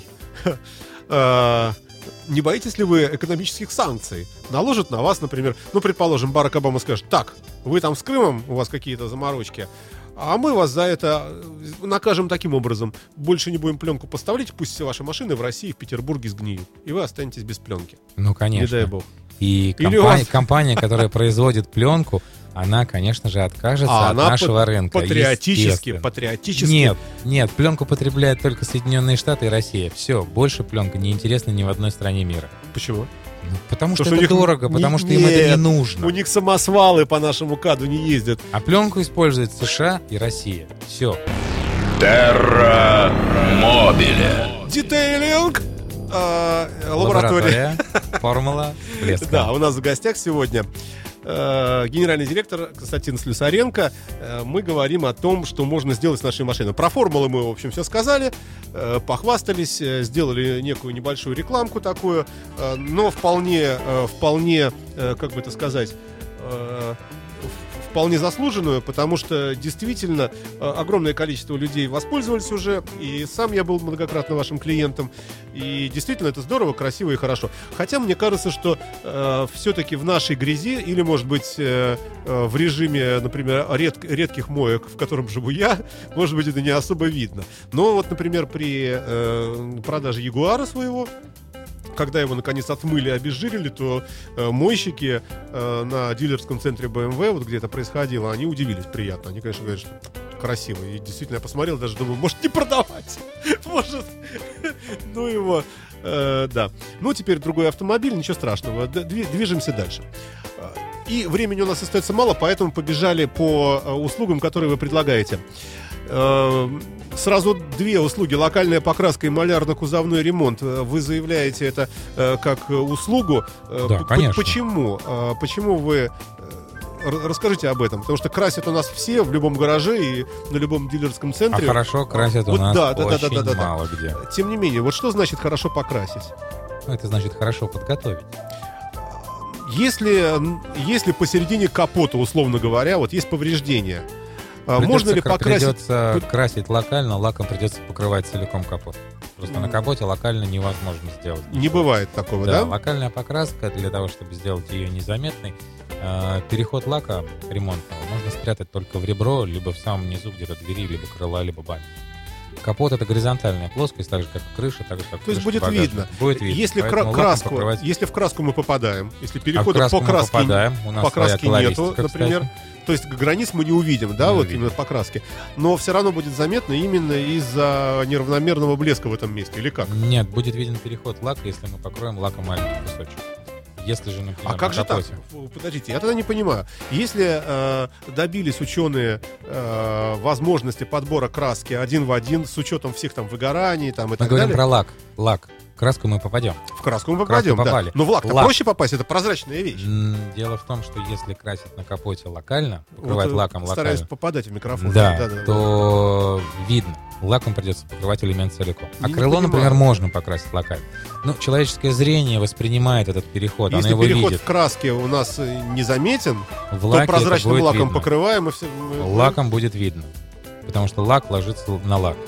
не боитесь ли вы экономических санкций? Наложат на вас, например, предположим, Барак Обама скажет: так, вы там с Крымом, у вас какие-то заморочки, а мы вас за это накажем таким образом. Больше не будем пленку поставлять, пусть все ваши машины в России, в Петербурге сгниют. И вы останетесь без пленки. Ну, конечно. Не дай бог. И компания, которая производит пленку, она, конечно же, откажется от нашего рынка. Патриотически. Нет, пленку потребляют только Соединенные Штаты и Россия. Все, больше пленка не интересна ни в одной стране мира. Почему? Потому что это дорого, потому что им это не нужно. У них самосвалы по нашему КАДу не ездят. А пленку используют США и Россия. Все. Терра Мобиле. Детейлинг. Лаборатория. Формула блеска. Да, у нас в гостях сегодня генеральный директор Константин Слюсаренко. Мы говорим о том, что можно сделать с нашей машиной. Про формулы мы, в общем, все сказали, похвастались, сделали некую небольшую рекламку такую, но вполне, как бы это сказать, вполне заслуженную, потому что действительно огромное количество людей воспользовались уже, и сам я был многократно вашим клиентом, и действительно это здорово, красиво и хорошо. Хотя мне кажется, что все-таки в нашей грязи, или может быть в режиме, например, редких моек, в котором живу я, может быть это не особо видно. Но вот, например, при продаже Ягуара своего, когда его наконец отмыли и обезжирили, то мойщики на дилерском центре BMW, вот где это происходило, они удивились приятно. Они, конечно, говорят, что красиво. И действительно, я посмотрел, даже думаю, может не продавать. Может. Ну его. Да. Ну, теперь другой автомобиль, ничего страшного. Движемся дальше. И времени у нас остается мало, поэтому побежали по услугам, которые вы предлагаете. Сразу две услуги: локальная покраска и малярно-кузовной ремонт. Вы заявляете это как услугу. Да, конечно. Почему? Почему вы... Расскажите об этом, потому что красят у нас все в любом гараже и на любом дилерском центре. А хорошо красят у нас очень мало где. Тем не менее, вот что значит хорошо покрасить? Ну, это значит хорошо подготовить. Если посередине капота, условно говоря, вот есть повреждения, можно ли покрасить? Придется красить локально, лаком придется покрывать целиком капот. Просто на капоте локально невозможно сделать. Не бывает такого, да? Да, локальная покраска, для того, чтобы сделать ее незаметной, переход лака ремонтного можно спрятать только в ребро, либо в самом низу где-то двери, либо крыла, либо бампера. Капот — это горизонтальная плоскость, так же, как и крыша, так же, как то есть будет багажника. видно. Будет видно. Если в краску мы попадаем, если перехода по краске нету, например, то есть границ мы не увидим, да, вот именно по краске, но все равно будет заметно именно из-за неравномерного блеска в этом месте, или как? Нет, будет виден переход лака, если мы покроем лаком маленький кусочек. Если же, например, а как же так? Подождите, я тогда не понимаю. Если добились ученые возможности подбора краски один в один с учетом всех там выгораний там, и так далее... Мы говорим про лак. Лак. В краску мы попадем. В краску мы попадем, да. Но в лак-то проще попасть, это прозрачная вещь. Дело в том, что если красить на капоте локально, покрывать лаком локально... Стараюсь попадать в микрофон. Да, то видно. Лаком придется покрывать элемент целиком. А крыло, например, можно покрасить локально. Но человеческое зрение воспринимает этот переход, оно его видит. Если переход в краске у нас незаметен, то прозрачным лаком покрываем. Лаком будет видно, потому что лак ложится на лак.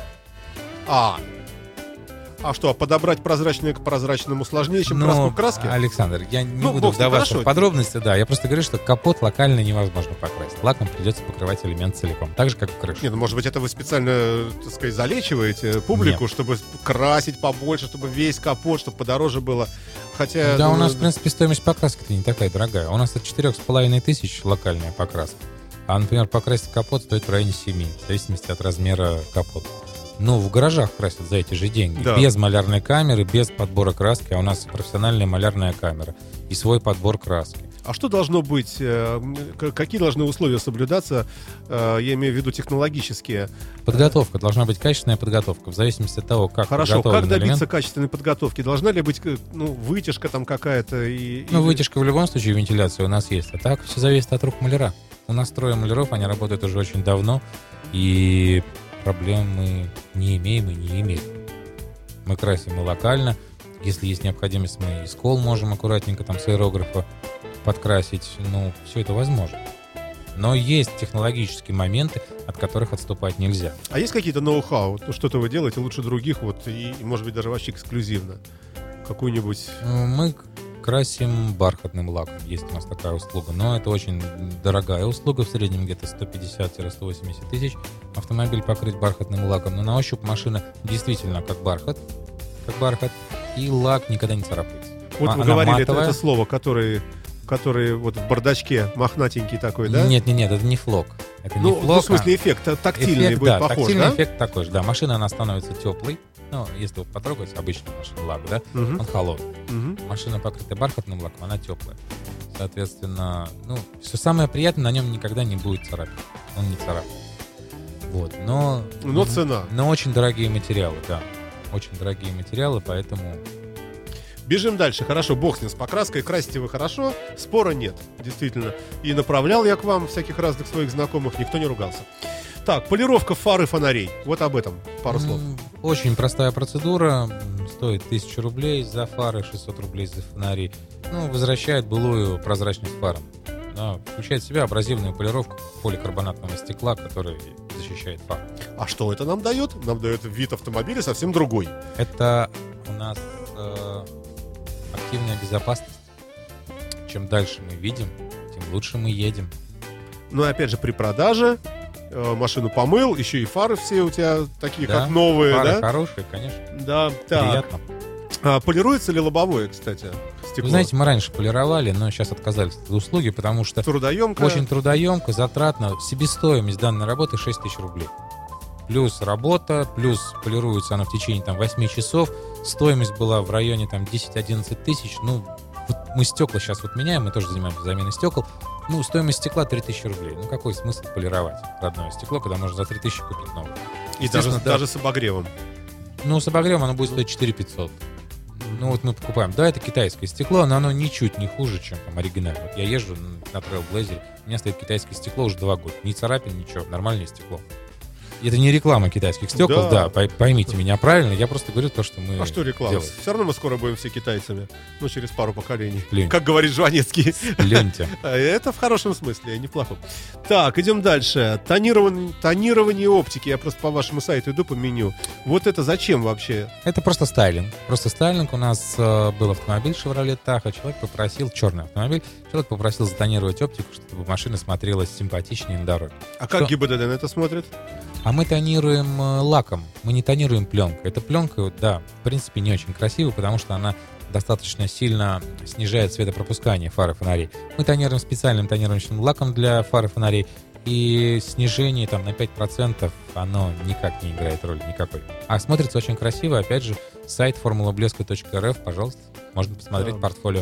А что, подобрать прозрачное к прозрачному сложнее, чем краску к краске? Александр, я не буду вдаваться в подробности, да. Я просто говорю, что капот локально невозможно покрасить. Лаком придется покрывать элемент целиком, так же, как и крышу. Нет, ну, может быть, это вы специально, так сказать, залечиваете публику, чтобы красить побольше, чтобы весь капот, чтобы подороже было. Хотя... Да, у нас, в принципе, стоимость покраски-то не такая дорогая. У нас от 4500 локальная покраска. А, например, покрасить капот стоит в районе 7, в зависимости от размера капота. Ну, в гаражах красят за эти же деньги. Да. Без малярной камеры, без подбора краски. А у нас профессиональная малярная камера и свой подбор краски. А что должно быть, какие должны условия соблюдаться, я имею в виду технологические? Подготовка. Должна быть качественная подготовка, в зависимости от того, как подготовлен элемент. Хорошо, как добиться качественной подготовки? Должна ли быть вытяжка там какая-то? Вытяжка в любом случае, вентиляция у нас есть. А так все зависит от рук маляра. У нас трое маляров, они работают уже очень давно, и проблем мы не имеем и не имеем. Мы красим и локально. Если есть необходимость, мы и скол можем аккуратненько там с аэрографа подкрасить. Ну, все это возможно. Но есть технологические моменты, от которых отступать нельзя. А есть какие-то ноу-хау? Ну, что-то вы делаете лучше других, вот, и, может быть, даже вообще эксклюзивно? Какую-нибудь... Мы красим бархатным лаком. Есть у нас такая услуга. Но это очень дорогая услуга. В среднем где-то 150-180 тысяч. Автомобиль покрыть бархатным лаком. Но на ощупь машина действительно как бархат. И лак никогда не царапается. Вот вы говорили, это слово, который вот в бардачке мохнатенький такой, да? Нет, это не флок. Это не флок. Ну, в смысле, эффект тактильный эффект, будет да, похож, тактильный да? эффект такой же, да. Машина, она становится теплой. Ну, если вы потрогаете обычный машин лак, да, он холодный. Машина, покрытая бархатным лаком, она теплая. Соответственно, все самое приятное на нем никогда не будет царапать. Он не царапает. Вот, но цена. Но очень дорогие материалы, да. Очень дорогие материалы, поэтому... Бежим дальше. Хорошо, бог с ним, с покраской. Красите вы хорошо, спора нет, действительно. И направлял я к вам всяких разных своих знакомых, никто не ругался. Так, полировка фар и фонарей. Вот об этом пару слов. Очень простая процедура. Стоит 1000 рублей за фары, 600 рублей за фонари. Возвращает былую прозрачность фарам. Да, включает в себя абразивную полировку поликарбонатного стекла, который защищает фар. А что это нам дает? Нам дает вид автомобиля совсем другой. Это у нас активная безопасность. Чем дальше мы видим, тем лучше мы едем. Ну и опять же, при продаже машину помыл, еще и фары все у тебя такие, да, как новые, фары, да? Хорошие, конечно. Да, так. Приятно. Полируется ли лобовое, кстати, стекло? Вы знаете, мы раньше полировали, но сейчас отказались от этой услуги, потому что трудоемко. Очень трудоемко, затратно. Себестоимость данной работы 6 тысяч рублей. Плюс работа, плюс полируется она в течение 8 часов. Стоимость была в районе 10-11 тысяч. Вот мы стекла сейчас меняем, мы тоже занимаемся заменой стекол. Стоимость стекла 3000 рублей. Какой смысл полировать родное стекло, когда можно за 3000 купить новое? И даже с обогревом. С обогревом оно будет стоить 4500. Мы покупаем. Да, это китайское стекло, но оно ничуть не хуже, чем оригинальное. Вот я езжу на Trailblazer, у меня стоит китайское стекло уже 2 года. Ни царапин, ничего, нормальное стекло. Это не реклама китайских стекол, да, поймите меня правильно, я просто говорю то, что мы. А что реклама? Делаем. Все равно мы скоро будем все китайцами. Через пару поколений. Плюньте. Как говорит Жванецкий. Плюньте. Это в хорошем смысле, не в плохом. Так, идем дальше. Тонирование оптики. Я просто по вашему сайту иду по меню. Вот это зачем вообще? Это просто стайлинг. Просто стайлинг. У нас был автомобиль Chevrolet Tahoe. Черный автомобиль. Человек попросил затонировать оптику, чтобы машина смотрелась симпатичнее на дороге. А как ГИБДД на это смотрит? А мы тонируем лаком, мы не тонируем пленкой. Эта пленка, да, в принципе, не очень красивая, потому что она достаточно сильно снижает светопропускание фар и фонарей. Мы тонируем специальным тонирующим лаком для фар и фонарей, и снижение на 5% оно никак не играет роли никакой. А смотрится очень красиво. Опять же, сайт formulablеска.рф, пожалуйста, можно посмотреть портфолио.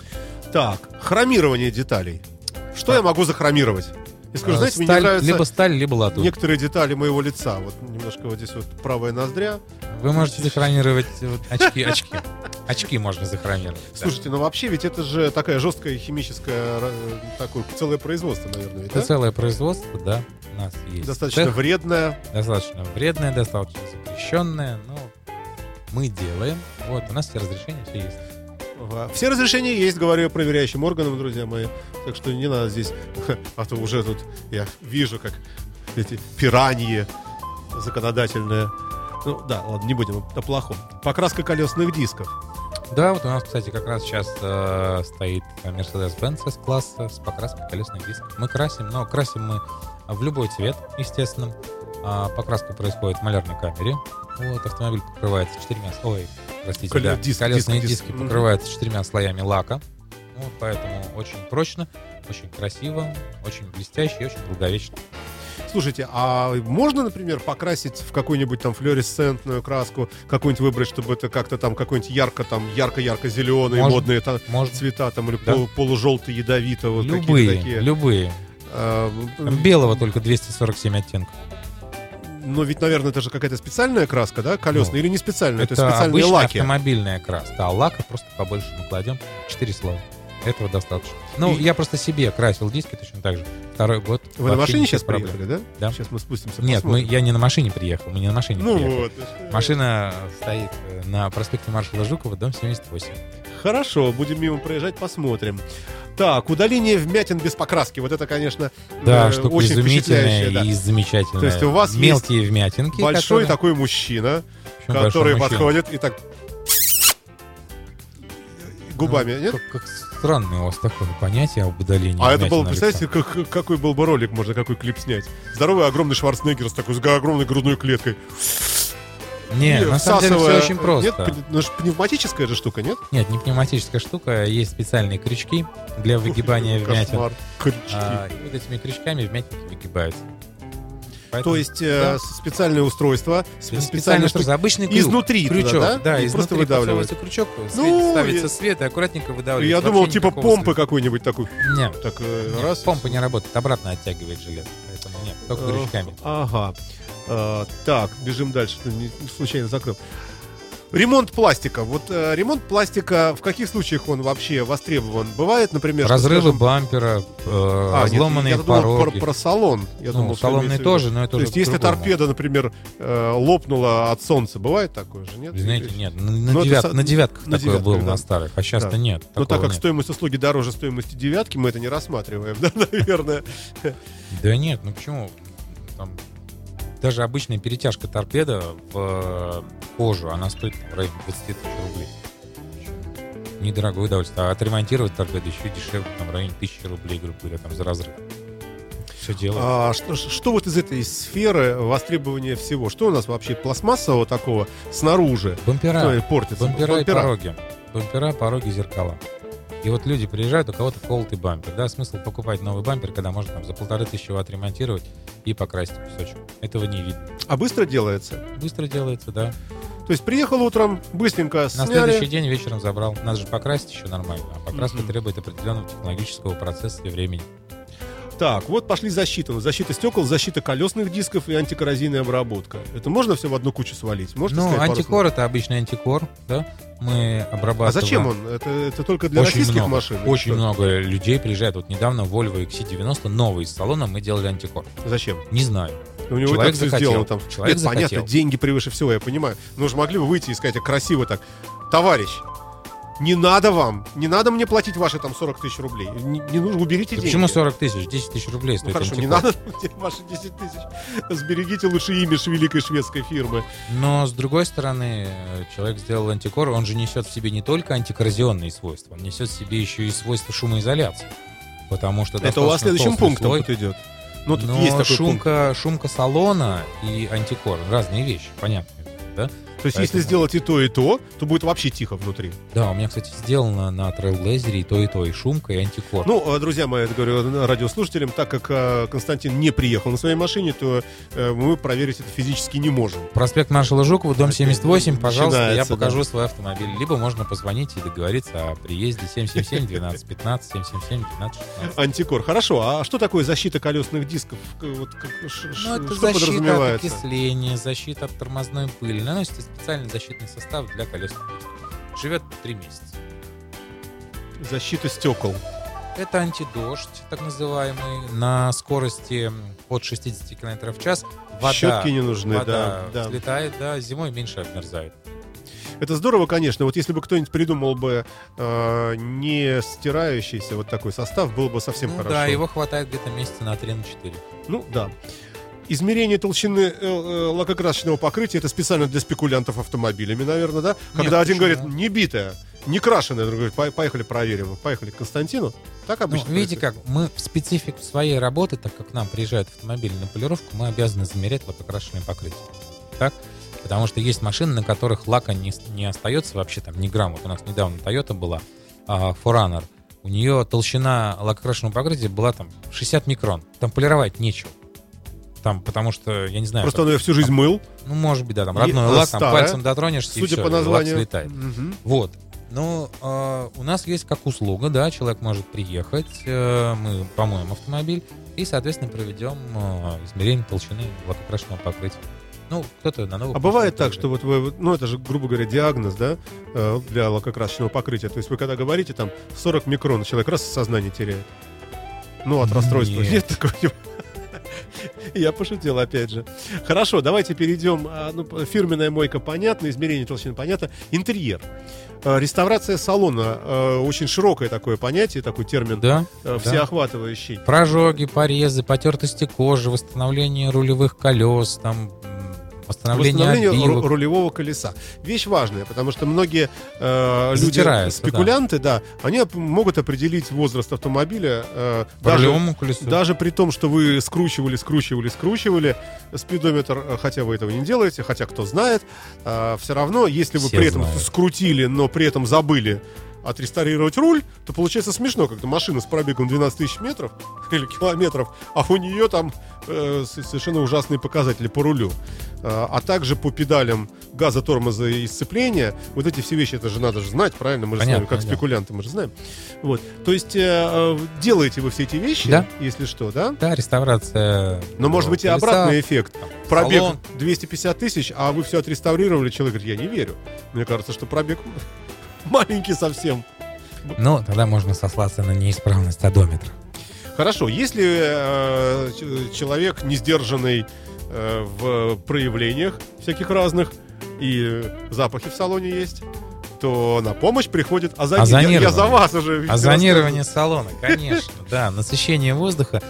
Так, хромирование деталей. Что я могу захромировать? Я скажу, знаете, сталь, мне не нравятся либо сталь, либо латунь. Некоторые детали моего лица. Вот немножко вот здесь правая ноздря. Вы можете захромировать очки. Очки можно захромировать. Слушайте, вообще ведь это же такая жесткая химическая, такое целое производство, наверное. Это целое производство, да. У нас есть достаточно вредное. Достаточно вредное, достаточно запрещенное. Но мы делаем. Вот, у нас все разрешения, все есть. Все разрешения есть, говорю я проверяющим органам, друзья мои. Так что не надо здесь. А то уже тут я вижу, как эти пираньи законодательные. Да, ладно, не будем о плохом. Покраска колесных дисков. Да, вот у нас, кстати, как раз сейчас стоит Mercedes-Benz S-класса с покраской колесных дисков. Мы красим, но красим мы в любой цвет, естественно. Покраска происходит в малярной камере. Вот, автомобиль покрывается колесные диски покрываются 4 слоями лака. Вот, поэтому очень прочно, очень красиво, очень блестяще и очень долговечно. Слушайте, а можно, например, покрасить в какую-нибудь флуоресцентную краску, какую-нибудь выбрать, чтобы это как-то какой-нибудь ярко-ярко-зеленые модные цвета, или да, полужелтый, ядовито, вот любые, такие. Любые. Белого только 247 оттенков. Но ведь, наверное, это же какая-то специальная краска, да, колесная, или не специальная? Это специальные лаки. Автомобильная краска, а лака просто побольше накладем. 4 слоя. Этого достаточно. Я просто себе красил диски точно так же. 2-й год. Вы на машине сейчас приехали, да? Да. Сейчас мы спустимся. Нет, я не на машине приехал. Мы не на машине приехали. Вот. Машина стоит на проспекте Маршала Жукова, дом 78. Хорошо, будем мимо проезжать, посмотрим. Так, удаление вмятин без покраски. Вот это, конечно, Да, штука очень изумительная впечатляющее. Да. и замечательная. То есть у вас мелкие вмятинки. Большой которые... такой мужчина, Почему который большой мужчина? подходит и так губами, нет? Как странное у вас такое понятие об удалении. А это был, вмятин на представляете, какой был бы ролик, можно какой клип снять. Здоровый огромный Шварценеггер с такой с огромной грудной клеткой. лице. Нет, на самом деле все очень просто. Нет, ну, пневматическая же штука, нет? Нет, не пневматическая штука, есть специальные крючки для выгибания вмятин. Кошмар. Крючки. И вот этими крючками вмятинки выгибаются. То есть специальное устройство, Специальное устройство, обычный крюк. Изнутри крючок, туда, да? И изнутри просто выдавливается. крючок, Ну, ставится свет и аккуратненько выдавливается. Я думал, Вообще типа никакого помпы света. какой-нибудь такой. Нет, Так, нет, раз. помпа не работает, обратно оттягивает железо. Поэтому нет, только крючками. Ага. Так, бежим дальше. Случайно закрыл. Ремонт пластика. Вот ремонт пластика, в каких случаях он вообще востребован? Бывает, например, что, Разрывы скажем, бампера, разломанные я думал пороги. про салон. Я думал, что салонные имеется в виду. тоже, но это То уже есть, если по-другому. торпеда, например, лопнула от солнца, бывает такое же, нет? Знаете, нет, Ну, это на девятках на такое было девятках, да. на старых, а сейчас-то Да. нет. Но так такого как нет. стоимость услуги дороже стоимости девятки, мы это не рассматриваем, да, наверное. Да нет, ну почему? Там даже обычная перетяжка торпеда в кожу, она стоит в районе 20 тысяч рублей. Недорогое удовольствие. А отремонтировать торпеду еще дешевле, там в районе 1000 рублей, грубо говоря, там за разрыв. Все делается. Что вот из этой сферы востребования всего? Что у нас вообще пластмассового такого снаружи? Бампера. Что портится? Бампера и пороги. Бампера, пороги, зеркала. И вот люди приезжают, у кого-то колотый бампер. Да, смысл покупать новый бампер, когда можно там за 1500 его отремонтировать и покрасить песочек. Этого не видно. А быстро делается? Быстро делается, да. То есть приехал утром, быстренько На сняли. следующий день вечером забрал. Надо же покрасить еще нормально. А покраска требует определенного технологического процесса и времени. Так, вот пошли защиты. Защита стекол, защита колесных дисков и антикоррозийная обработка. Это можно все в одну кучу свалить? Можете сказать пару антикор слов? это обычный антикор, да? Мы обрабатываем. А зачем он? Это только для Очень российских много, машин? или Очень что? много людей приезжает. Вот недавно Volvo XC90 новый из салона мы делали антикор. Зачем? Не знаю. У него Человек и так все захотел. сделано там. Человек Нет, понятно, захотел. деньги превыше всего, я понимаю. Но уж могли бы выйти и сказать красиво так: товарищ, не надо вам, не надо мне платить ваши там 40 тысяч рублей. Не нужно, уберите Да деньги. почему 40 тысяч? 10 тысяч рублей Ну стоит хорошо, антикор. не надо ваши 10 тысяч. Сберегите лучше имидж великой шведской фирмы. Но, с другой стороны, человек сделал антикор, он же несет в себе не только антикоррозионные свойства, он несет в себе еще и свойства шумоизоляции. Потому что Это у вас достаточно следующим толстый пунктом слой. тут идет. Ну, тут Но есть такой пункт. шумка салона и антикор — разные вещи, понятно, да? То есть, если Поэтому- сделать и то, то будет вообще тихо внутри. Да, у меня, кстати, сделано на Trailblazer и то, и шумка, и антикор. Ну, друзья мои, это говорю радиослушателям, так как Константин не приехал на своей машине, то мы проверить это физически не можем. Проспект маршала Жукова, дом 78, пожалуйста, я Начинается, покажу да. свой автомобиль. Либо можно позвонить и договориться о приезде 777-1215, 777-1216. Антикор. Хорошо, а что такое защита колесных дисков? Вот, Ну, это что защита от подразумевается? окисления, защита от тормозной пыли. Наносится специальный защитный состав для колесных дисков. Живет 3 месяца. Защита стекол. Это антидождь, так называемый, на скорости от 60 км в час. Щетки не нужны, вода да. взлетает, да, зимой меньше обмерзает. Это здорово, конечно. Вот если бы кто-нибудь придумал бы не стирающийся вот такой состав, было бы совсем Ну хорошо. да, его хватает где-то месяца на 3-4. Ну, да. Измерение толщины лакокрасочного покрытия — это специально для спекулянтов автомобилями, наверное, да? Когда Нет, один почему? говорит, не битая, не крашеная, другой говорит, поехали проверим. Поехали к Константину. Так Ну, обычно видите происходит. как, мы в специфику своей работы, так как к нам приезжают автомобили на полировку, мы обязаны замерять лакокрасочное покрытие. Так? Потому что есть машины, на которых лака не остается вообще там ни грамм. Вот у нас недавно Toyota была, Forerunner. У нее толщина лакокрасочного покрытия была там 60 микрон. Там полировать нечего. Там, потому что, я не знаю... Просто он ее всю жизнь мыл. Ну, может быть, да, там И родной она лак, там старая, пальцем дотронешься, и Судя все, по названию. лак слетает. Мгм. Вот. Ну, у нас есть как услуга, да, человек может приехать, мы помоем автомобиль и, соответственно, проведем измерение толщины лакокрасочного покрытия. Ну, кто-то на новый. А бывает так, что вот вы, ну это же, грубо говоря, диагноз, да, для лакокрасочного покрытия. То есть вы когда говорите там 40 микрон, человек раз сознание теряет. Ну, от расстройства. Нет. Нет такого? Я пошутил, опять же. Хорошо, давайте перейдем. Фирменная мойка понятно, измерение толщины понятно. Интерьер. Реставрация салона. Очень широкое такое понятие, такой термин, всеохватывающий. Прожоги, порезы, потертости кожи, восстановление рулевых колес, там... Восстановление рулевого колеса. Вещь важная, потому что многие люди, спекулянты, они могут определить возраст автомобиля даже при том, что вы скручивали спидометр, хотя вы этого не делаете, хотя кто знает, все равно, если вы при этом скрутили, но при этом забыли отреставрировать руль, то получается смешно, когда машина с пробегом 12 тысяч метров или километров, а у нее там совершенно ужасные показатели по рулю, а также по педалям газа, тормоза и сцепления. Вот эти все вещи, это же надо же знать, правильно? Мы же знаем, как спекулянты, мы же знаем. Вот. То есть делаете вы все эти вещи, если что, да? Да, реставрация. Но может быть и обратный эффект. Пробег 250 тысяч, а вы все отреставрировали, человек говорит, я не верю. Мне кажется, что пробег маленький совсем. Ну, тогда можно сослаться на неисправность одометра. Хорошо, если человек не сдержанный в проявлениях всяких разных, и запахи в салоне есть, то на помощь приходит озонирование. Я за вас уже. Озонирование салона, конечно. Да, насыщение воздуха,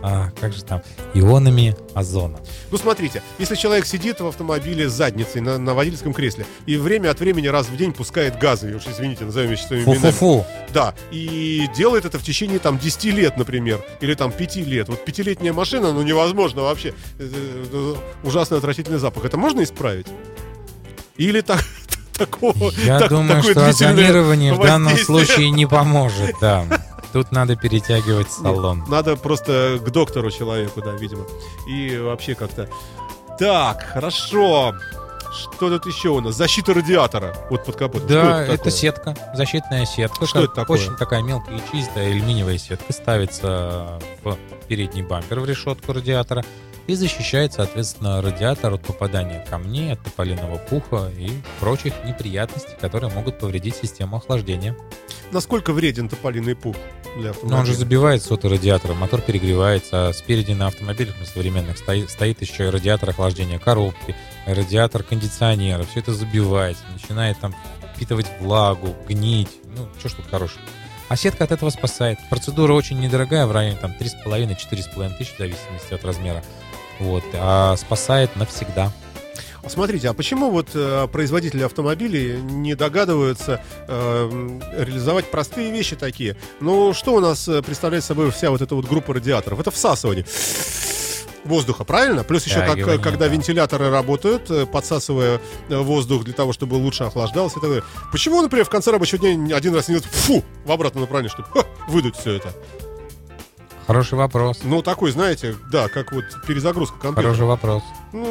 ионами озона. Ну, смотрите, если человек сидит в автомобиле с задницей на водительском кресле и время от времени раз в день пускает газы, уж извините, назовем вещи своими именами. Да, и делает это в течение 10 лет, например, или 5 лет. Вот 5-летняя машина, невозможно вообще. Ужасный отвратительный запах. Это можно исправить? Или такого? Я думаю, что озонирование в данном случае не поможет, да. Тут надо перетягивать салон. Надо просто к доктору человеку, видимо. И вообще как-то... Так, хорошо. Что тут еще у нас? Защита радиатора. Вот под капотом. Да, это сетка. Защитная сетка. Что это такое? Очень такая мелкая и чистая алюминиевая сетка. Ставится в передний бампер, в решетку радиатора. И защищает, соответственно, радиатор от попадания камней, от тополиного пуха и прочих неприятностей, которые могут повредить систему охлаждения. Насколько вреден тополиный пух для автомобиля? Но он же забивает соты радиатора, мотор перегревается, а спереди на автомобилях на современных стоит еще и радиатор охлаждения коробки, радиатор кондиционера. Все это забивается, начинает впитывать влагу, гнить. Что ж тут хорошего. А сетка от этого спасает. Процедура очень недорогая, в районе 3,5-4,5 тысяч, в зависимости от размера. А спасает навсегда. Смотрите, а почему производители автомобилей не догадываются реализовать простые вещи такие? Что у нас представляет собой вся эта группа радиаторов? Это всасывание воздуха, правильно? Плюс еще когда вентиляторы работают, подсасывая воздух для того, чтобы лучше охлаждался и так далее. Почему, например, в конце рабочего дня один раз не делают в обратном направлении, чтобы выдуть все это? Хороший вопрос. Такой, знаете, как перезагрузка компьютера. Хороший вопрос.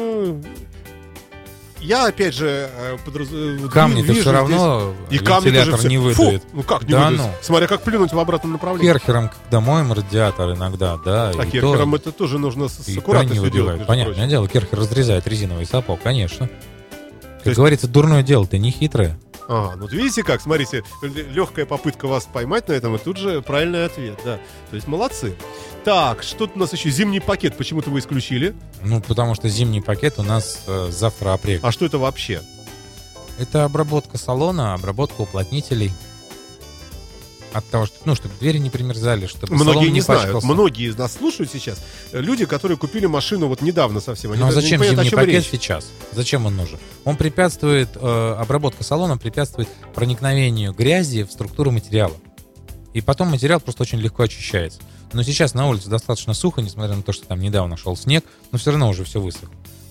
Я, опять же, камни-то все равно и вентилятор не выдует. Как не выдует? Смотря как плюнуть в обратном направлении. Керхером, когда моем радиатор иногда, да. А керхером это тоже нужно с аккуратностью делать. Понятное дело, керхер разрезает резиновый сапог, конечно. Как говорится, дурное дело-то не хитрое. Видите как, смотрите, легкая попытка вас поймать на этом, и тут же правильный ответ, да. То есть молодцы. Так, что у нас еще? Зимний пакет почему-то вы исключили? Потому что зимний пакет у нас завтра апрель. А что это вообще? Это обработка салона, обработка уплотнителей. От того, чтобы двери не примерзали, чтобы многие не знают. Многие из нас слушают сейчас. Люди, которые купили машину недавно совсем. А зачем зимний пакет сейчас? Зачем он нужен? Он препятствует, обработка салона препятствует проникновению грязи в структуру материала. И потом материал просто очень легко очищается. Но сейчас на улице достаточно сухо, несмотря на то, что там недавно шел снег, но все равно уже все высохло.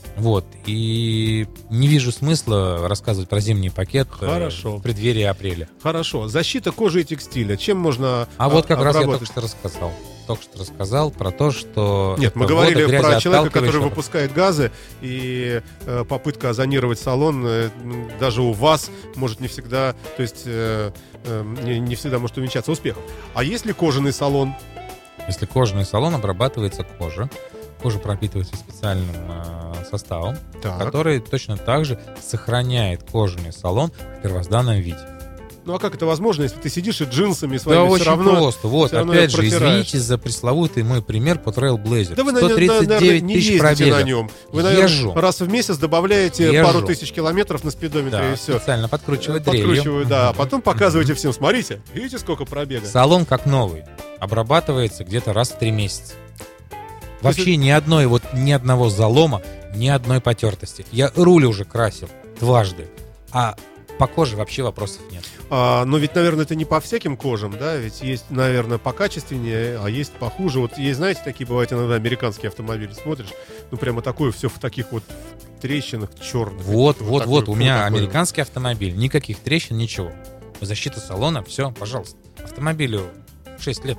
И не вижу смысла рассказывать про зимний пакет в преддверии апреля. Хорошо. Защита кожи и текстиля. Чем можно как раз я только что рассказал. Только что рассказал про то, что... Нет, мы говорили про человека, который выпускает газы, и попытка озонировать салон даже у вас может не всегда, то есть не всегда может увенчаться успехом. А если кожаный салон? Если кожаный салон, обрабатывается кожа. Кожа пропитывается специальным составом, который точно так же сохраняет кожаный салон в первозданном виде. Ну а как это возможно, если ты сидишь и джинсами своими Да, все очень равно... просто. Вот, все равно опять же, протираешь. извините за пресловутый мой пример по Trailblazer. Да вы, 139 наверное, не тысяч ездите пробегов. на нем. Вы, наверное, Езжу. раз в месяц добавляете Езжу. пару тысяч километров на спидометре, Да, и все. специально подкручиваю дрелью. Подкручиваю, да. А потом показываете всем, смотрите, видите, сколько пробега. Салон как новый. Обрабатывается где-то раз в 3 месяца. Вообще ни одного залома, ни одной потертости. Я руль уже красил дважды, а по коже вообще вопросов нет. Но ведь, наверное, это не по всяким кожам, да? Ведь есть, наверное, покачественнее, а есть похуже. Вот есть, знаете, такие бывают иногда американские автомобили. Смотришь, ну прямо такое все в таких вот трещинах черных. Вот. У меня американский автомобиль, никаких трещин, ничего. Защита салона, все, пожалуйста. Автомобилю 6 лет.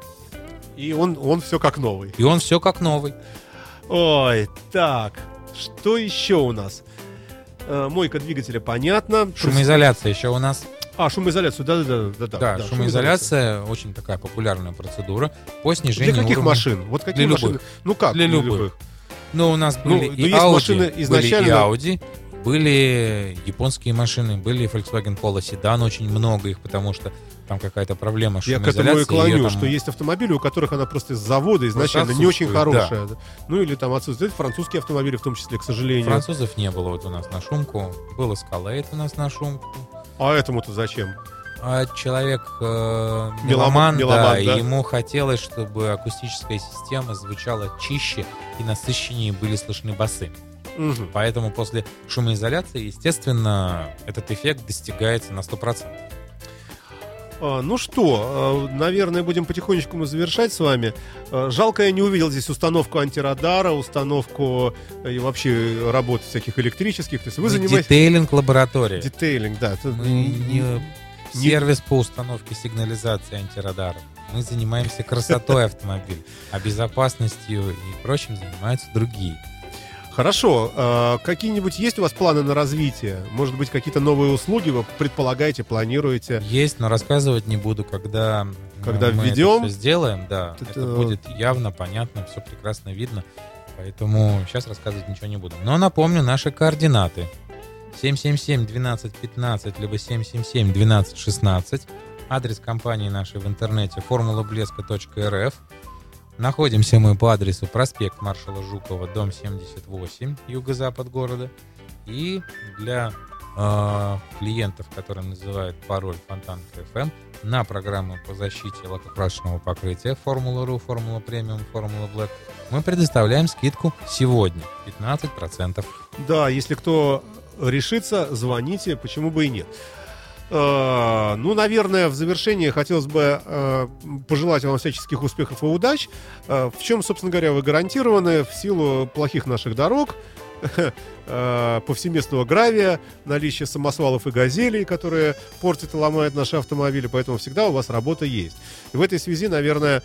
И он все как новый. И он все как новый. Ой, так, что еще у нас? Мойка двигателя, понятно. Шумоизоляция еще у нас. Шумоизоляцию, да. Да, шумоизоляция очень такая популярная процедура по снижению Для каких уровня. машин? Вот какие Для машины? любых. Ну как? Для любых. Ну, у нас были и Audi, были японские машины, были Volkswagen Polo седан, очень много их, потому что там какая-то проблема с Я к шумоизоляцией. этому и клоню, там... что есть автомобили, у которых она просто из завода изначально не очень хорошая. Да. Ну или там отсутствуют французские автомобили, в том числе, к сожалению. Французов не было вот у нас на шумку. Был Escalade у нас на шумку. А этому-то зачем? Человек меломан, да, и ему хотелось, чтобы акустическая система звучала чище и насыщеннее были слышны басы. Угу. Поэтому после шумоизоляции, естественно, этот эффект достигается на 100%. Ну что, наверное, будем потихонечку мы завершать с вами. Жалко, я не увидел здесь установку антирадара, установку и вообще работы всяких электрических. То есть вы занимаетесь... Детейлинг-лаборатория. Детейлинг, да. Мы не сервис по установке сигнализации антирадара. Мы занимаемся красотой автомобиля, а безопасностью и прочим занимаются другие. Хорошо. Какие-нибудь есть у вас планы на развитие? Может быть, какие-то новые услуги вы предполагаете, планируете? Есть, но рассказывать не буду, когда мы введем. это все сделаем. Да, это будет явно, понятно, все прекрасно видно. Поэтому сейчас рассказывать ничего не буду. Но напомню наши координаты. 777-12-15, либо 777-12-16. Адрес компании нашей в интернете formulablеска.рф. Находимся мы по адресу проспект Маршала Жукова, дом 78, юго-запад города. И для клиентов, которые называют пароль Фонтанка FM, на программу по защите лакокрасочного покрытия Формула.ру, Формула Премиум, Формула Black мы предоставляем скидку сегодня 15%. Да, если кто решится, звоните, почему бы и нет. Ну, наверное, в завершении хотелось бы пожелать вам всяческих успехов и удач, в чем, собственно говоря, вы гарантированы в силу плохих наших дорог, повсеместного гравия, наличия самосвалов и газелей, которые портят и ломают наши автомобили, поэтому всегда у вас работа есть. И в этой связи, наверное,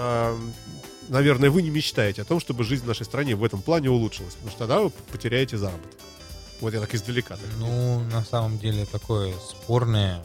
вы не мечтаете о том, чтобы жизнь в нашей стране в этом плане улучшилась, потому что тогда вы потеряете заработок. Вот я так издалека. Ну, на самом деле, такое спорное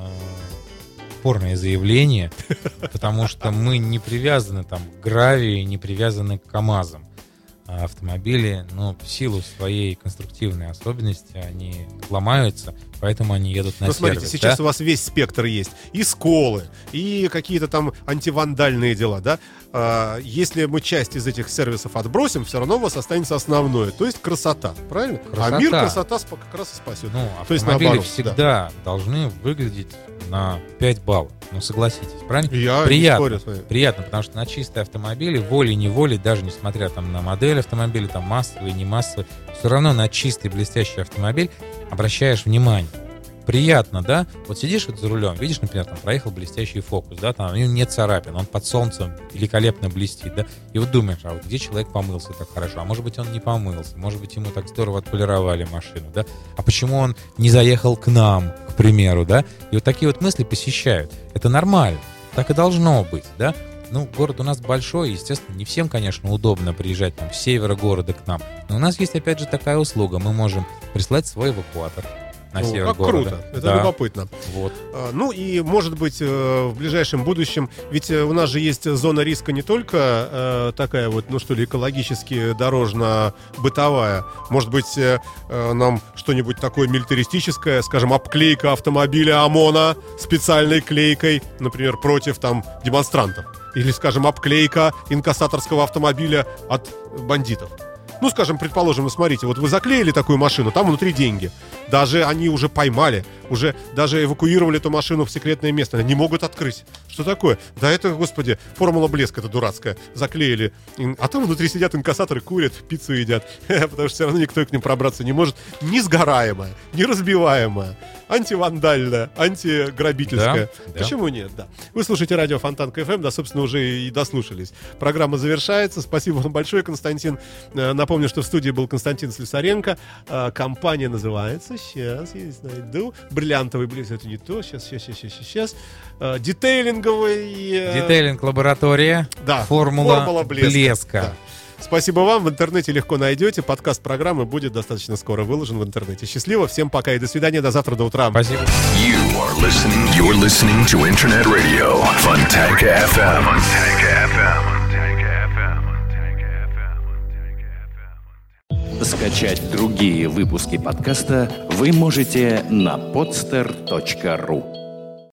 заявление, потому что мы не привязаны там к гравию, не привязаны к КАМАЗам. А автомобили, в силу своей конструктивной особенности, они ломаются, поэтому они едут на сервис. Смотрите, сейчас у вас весь спектр есть. И сколы, и какие-то там антивандальные дела, да? Если мы часть из этих сервисов отбросим, все равно у вас останется основное, то есть красота, правильно? Красота. А мир красота как раз и спасет. То есть автомобили всегда должны выглядеть на 5 баллов. Согласитесь, правильно? Я приятно, не спорю с вами. Приятно, потому что на чистые автомобили, волей-неволей, даже несмотря там на модель автомобиля, там массовый, не массовый, все равно на чистый блестящий автомобиль обращаешь внимание. Приятно, да? Вот сидишь за рулем, видишь, например, там проехал блестящий фокус, да, там у него нет царапин, он под солнцем великолепно блестит, да, и вот думаешь, а вот где человек помылся так хорошо, а может быть он не помылся, может быть ему так здорово отполировали машину, да, а почему он не заехал к нам, к примеру, да, и вот такие вот мысли посещают, это нормально, так и должно быть, да. Город у нас большой, естественно, не всем, конечно, удобно приезжать там с севера города к нам, но у нас есть, опять же, такая услуга, мы можем прислать свой эвакуатор. на север как города. Круто, это любопытно. Вот. Ну и, может быть, в ближайшем будущем, ведь у нас же есть зона риска не только такая вот, ну что ли, экологически дорожно-бытовая. Может быть, нам что-нибудь такое милитаристическое, скажем, обклейка автомобиля ОМОНа специальной клейкой, например, против там демонстрантов. Или, скажем, обклейка инкассаторского автомобиля от бандитов. Ну, скажем, предположим, смотрите, вот вы заклеили такую машину, там внутри деньги. Даже они уже поймали, уже даже эвакуировали эту машину в секретное место. Они не могут открыть. Что такое? Да это, господи, формула блеска эта дурацкая. Заклеили. А там внутри сидят инкассаторы, курят, пиццу едят. Потому что все равно никто к ним пробраться не может. Несгораемая, неразбиваемая, антивандальная, антиграбительская. Да, Почему нет? Да. Вы слушаете радио Фонтан КФМ, да, собственно, уже и дослушались. Программа завершается. Спасибо вам большое, Константин. Напомню, что в студии был Константин Слесаренко. Компания называется, сейчас, я найду, бриллиантовый блеск, это не то, сейчас. Детейлинг лаборатория, да, формула блеска. Да. Спасибо вам, в интернете легко найдете. Подкаст программы будет достаточно скоро выложен в интернете. Счастливо, всем пока и до свидания, до завтра, до утра. Спасибо. You're listening to Internet Radio, Fontanka FM. Скачать другие выпуски подкаста вы можете на podster.ru.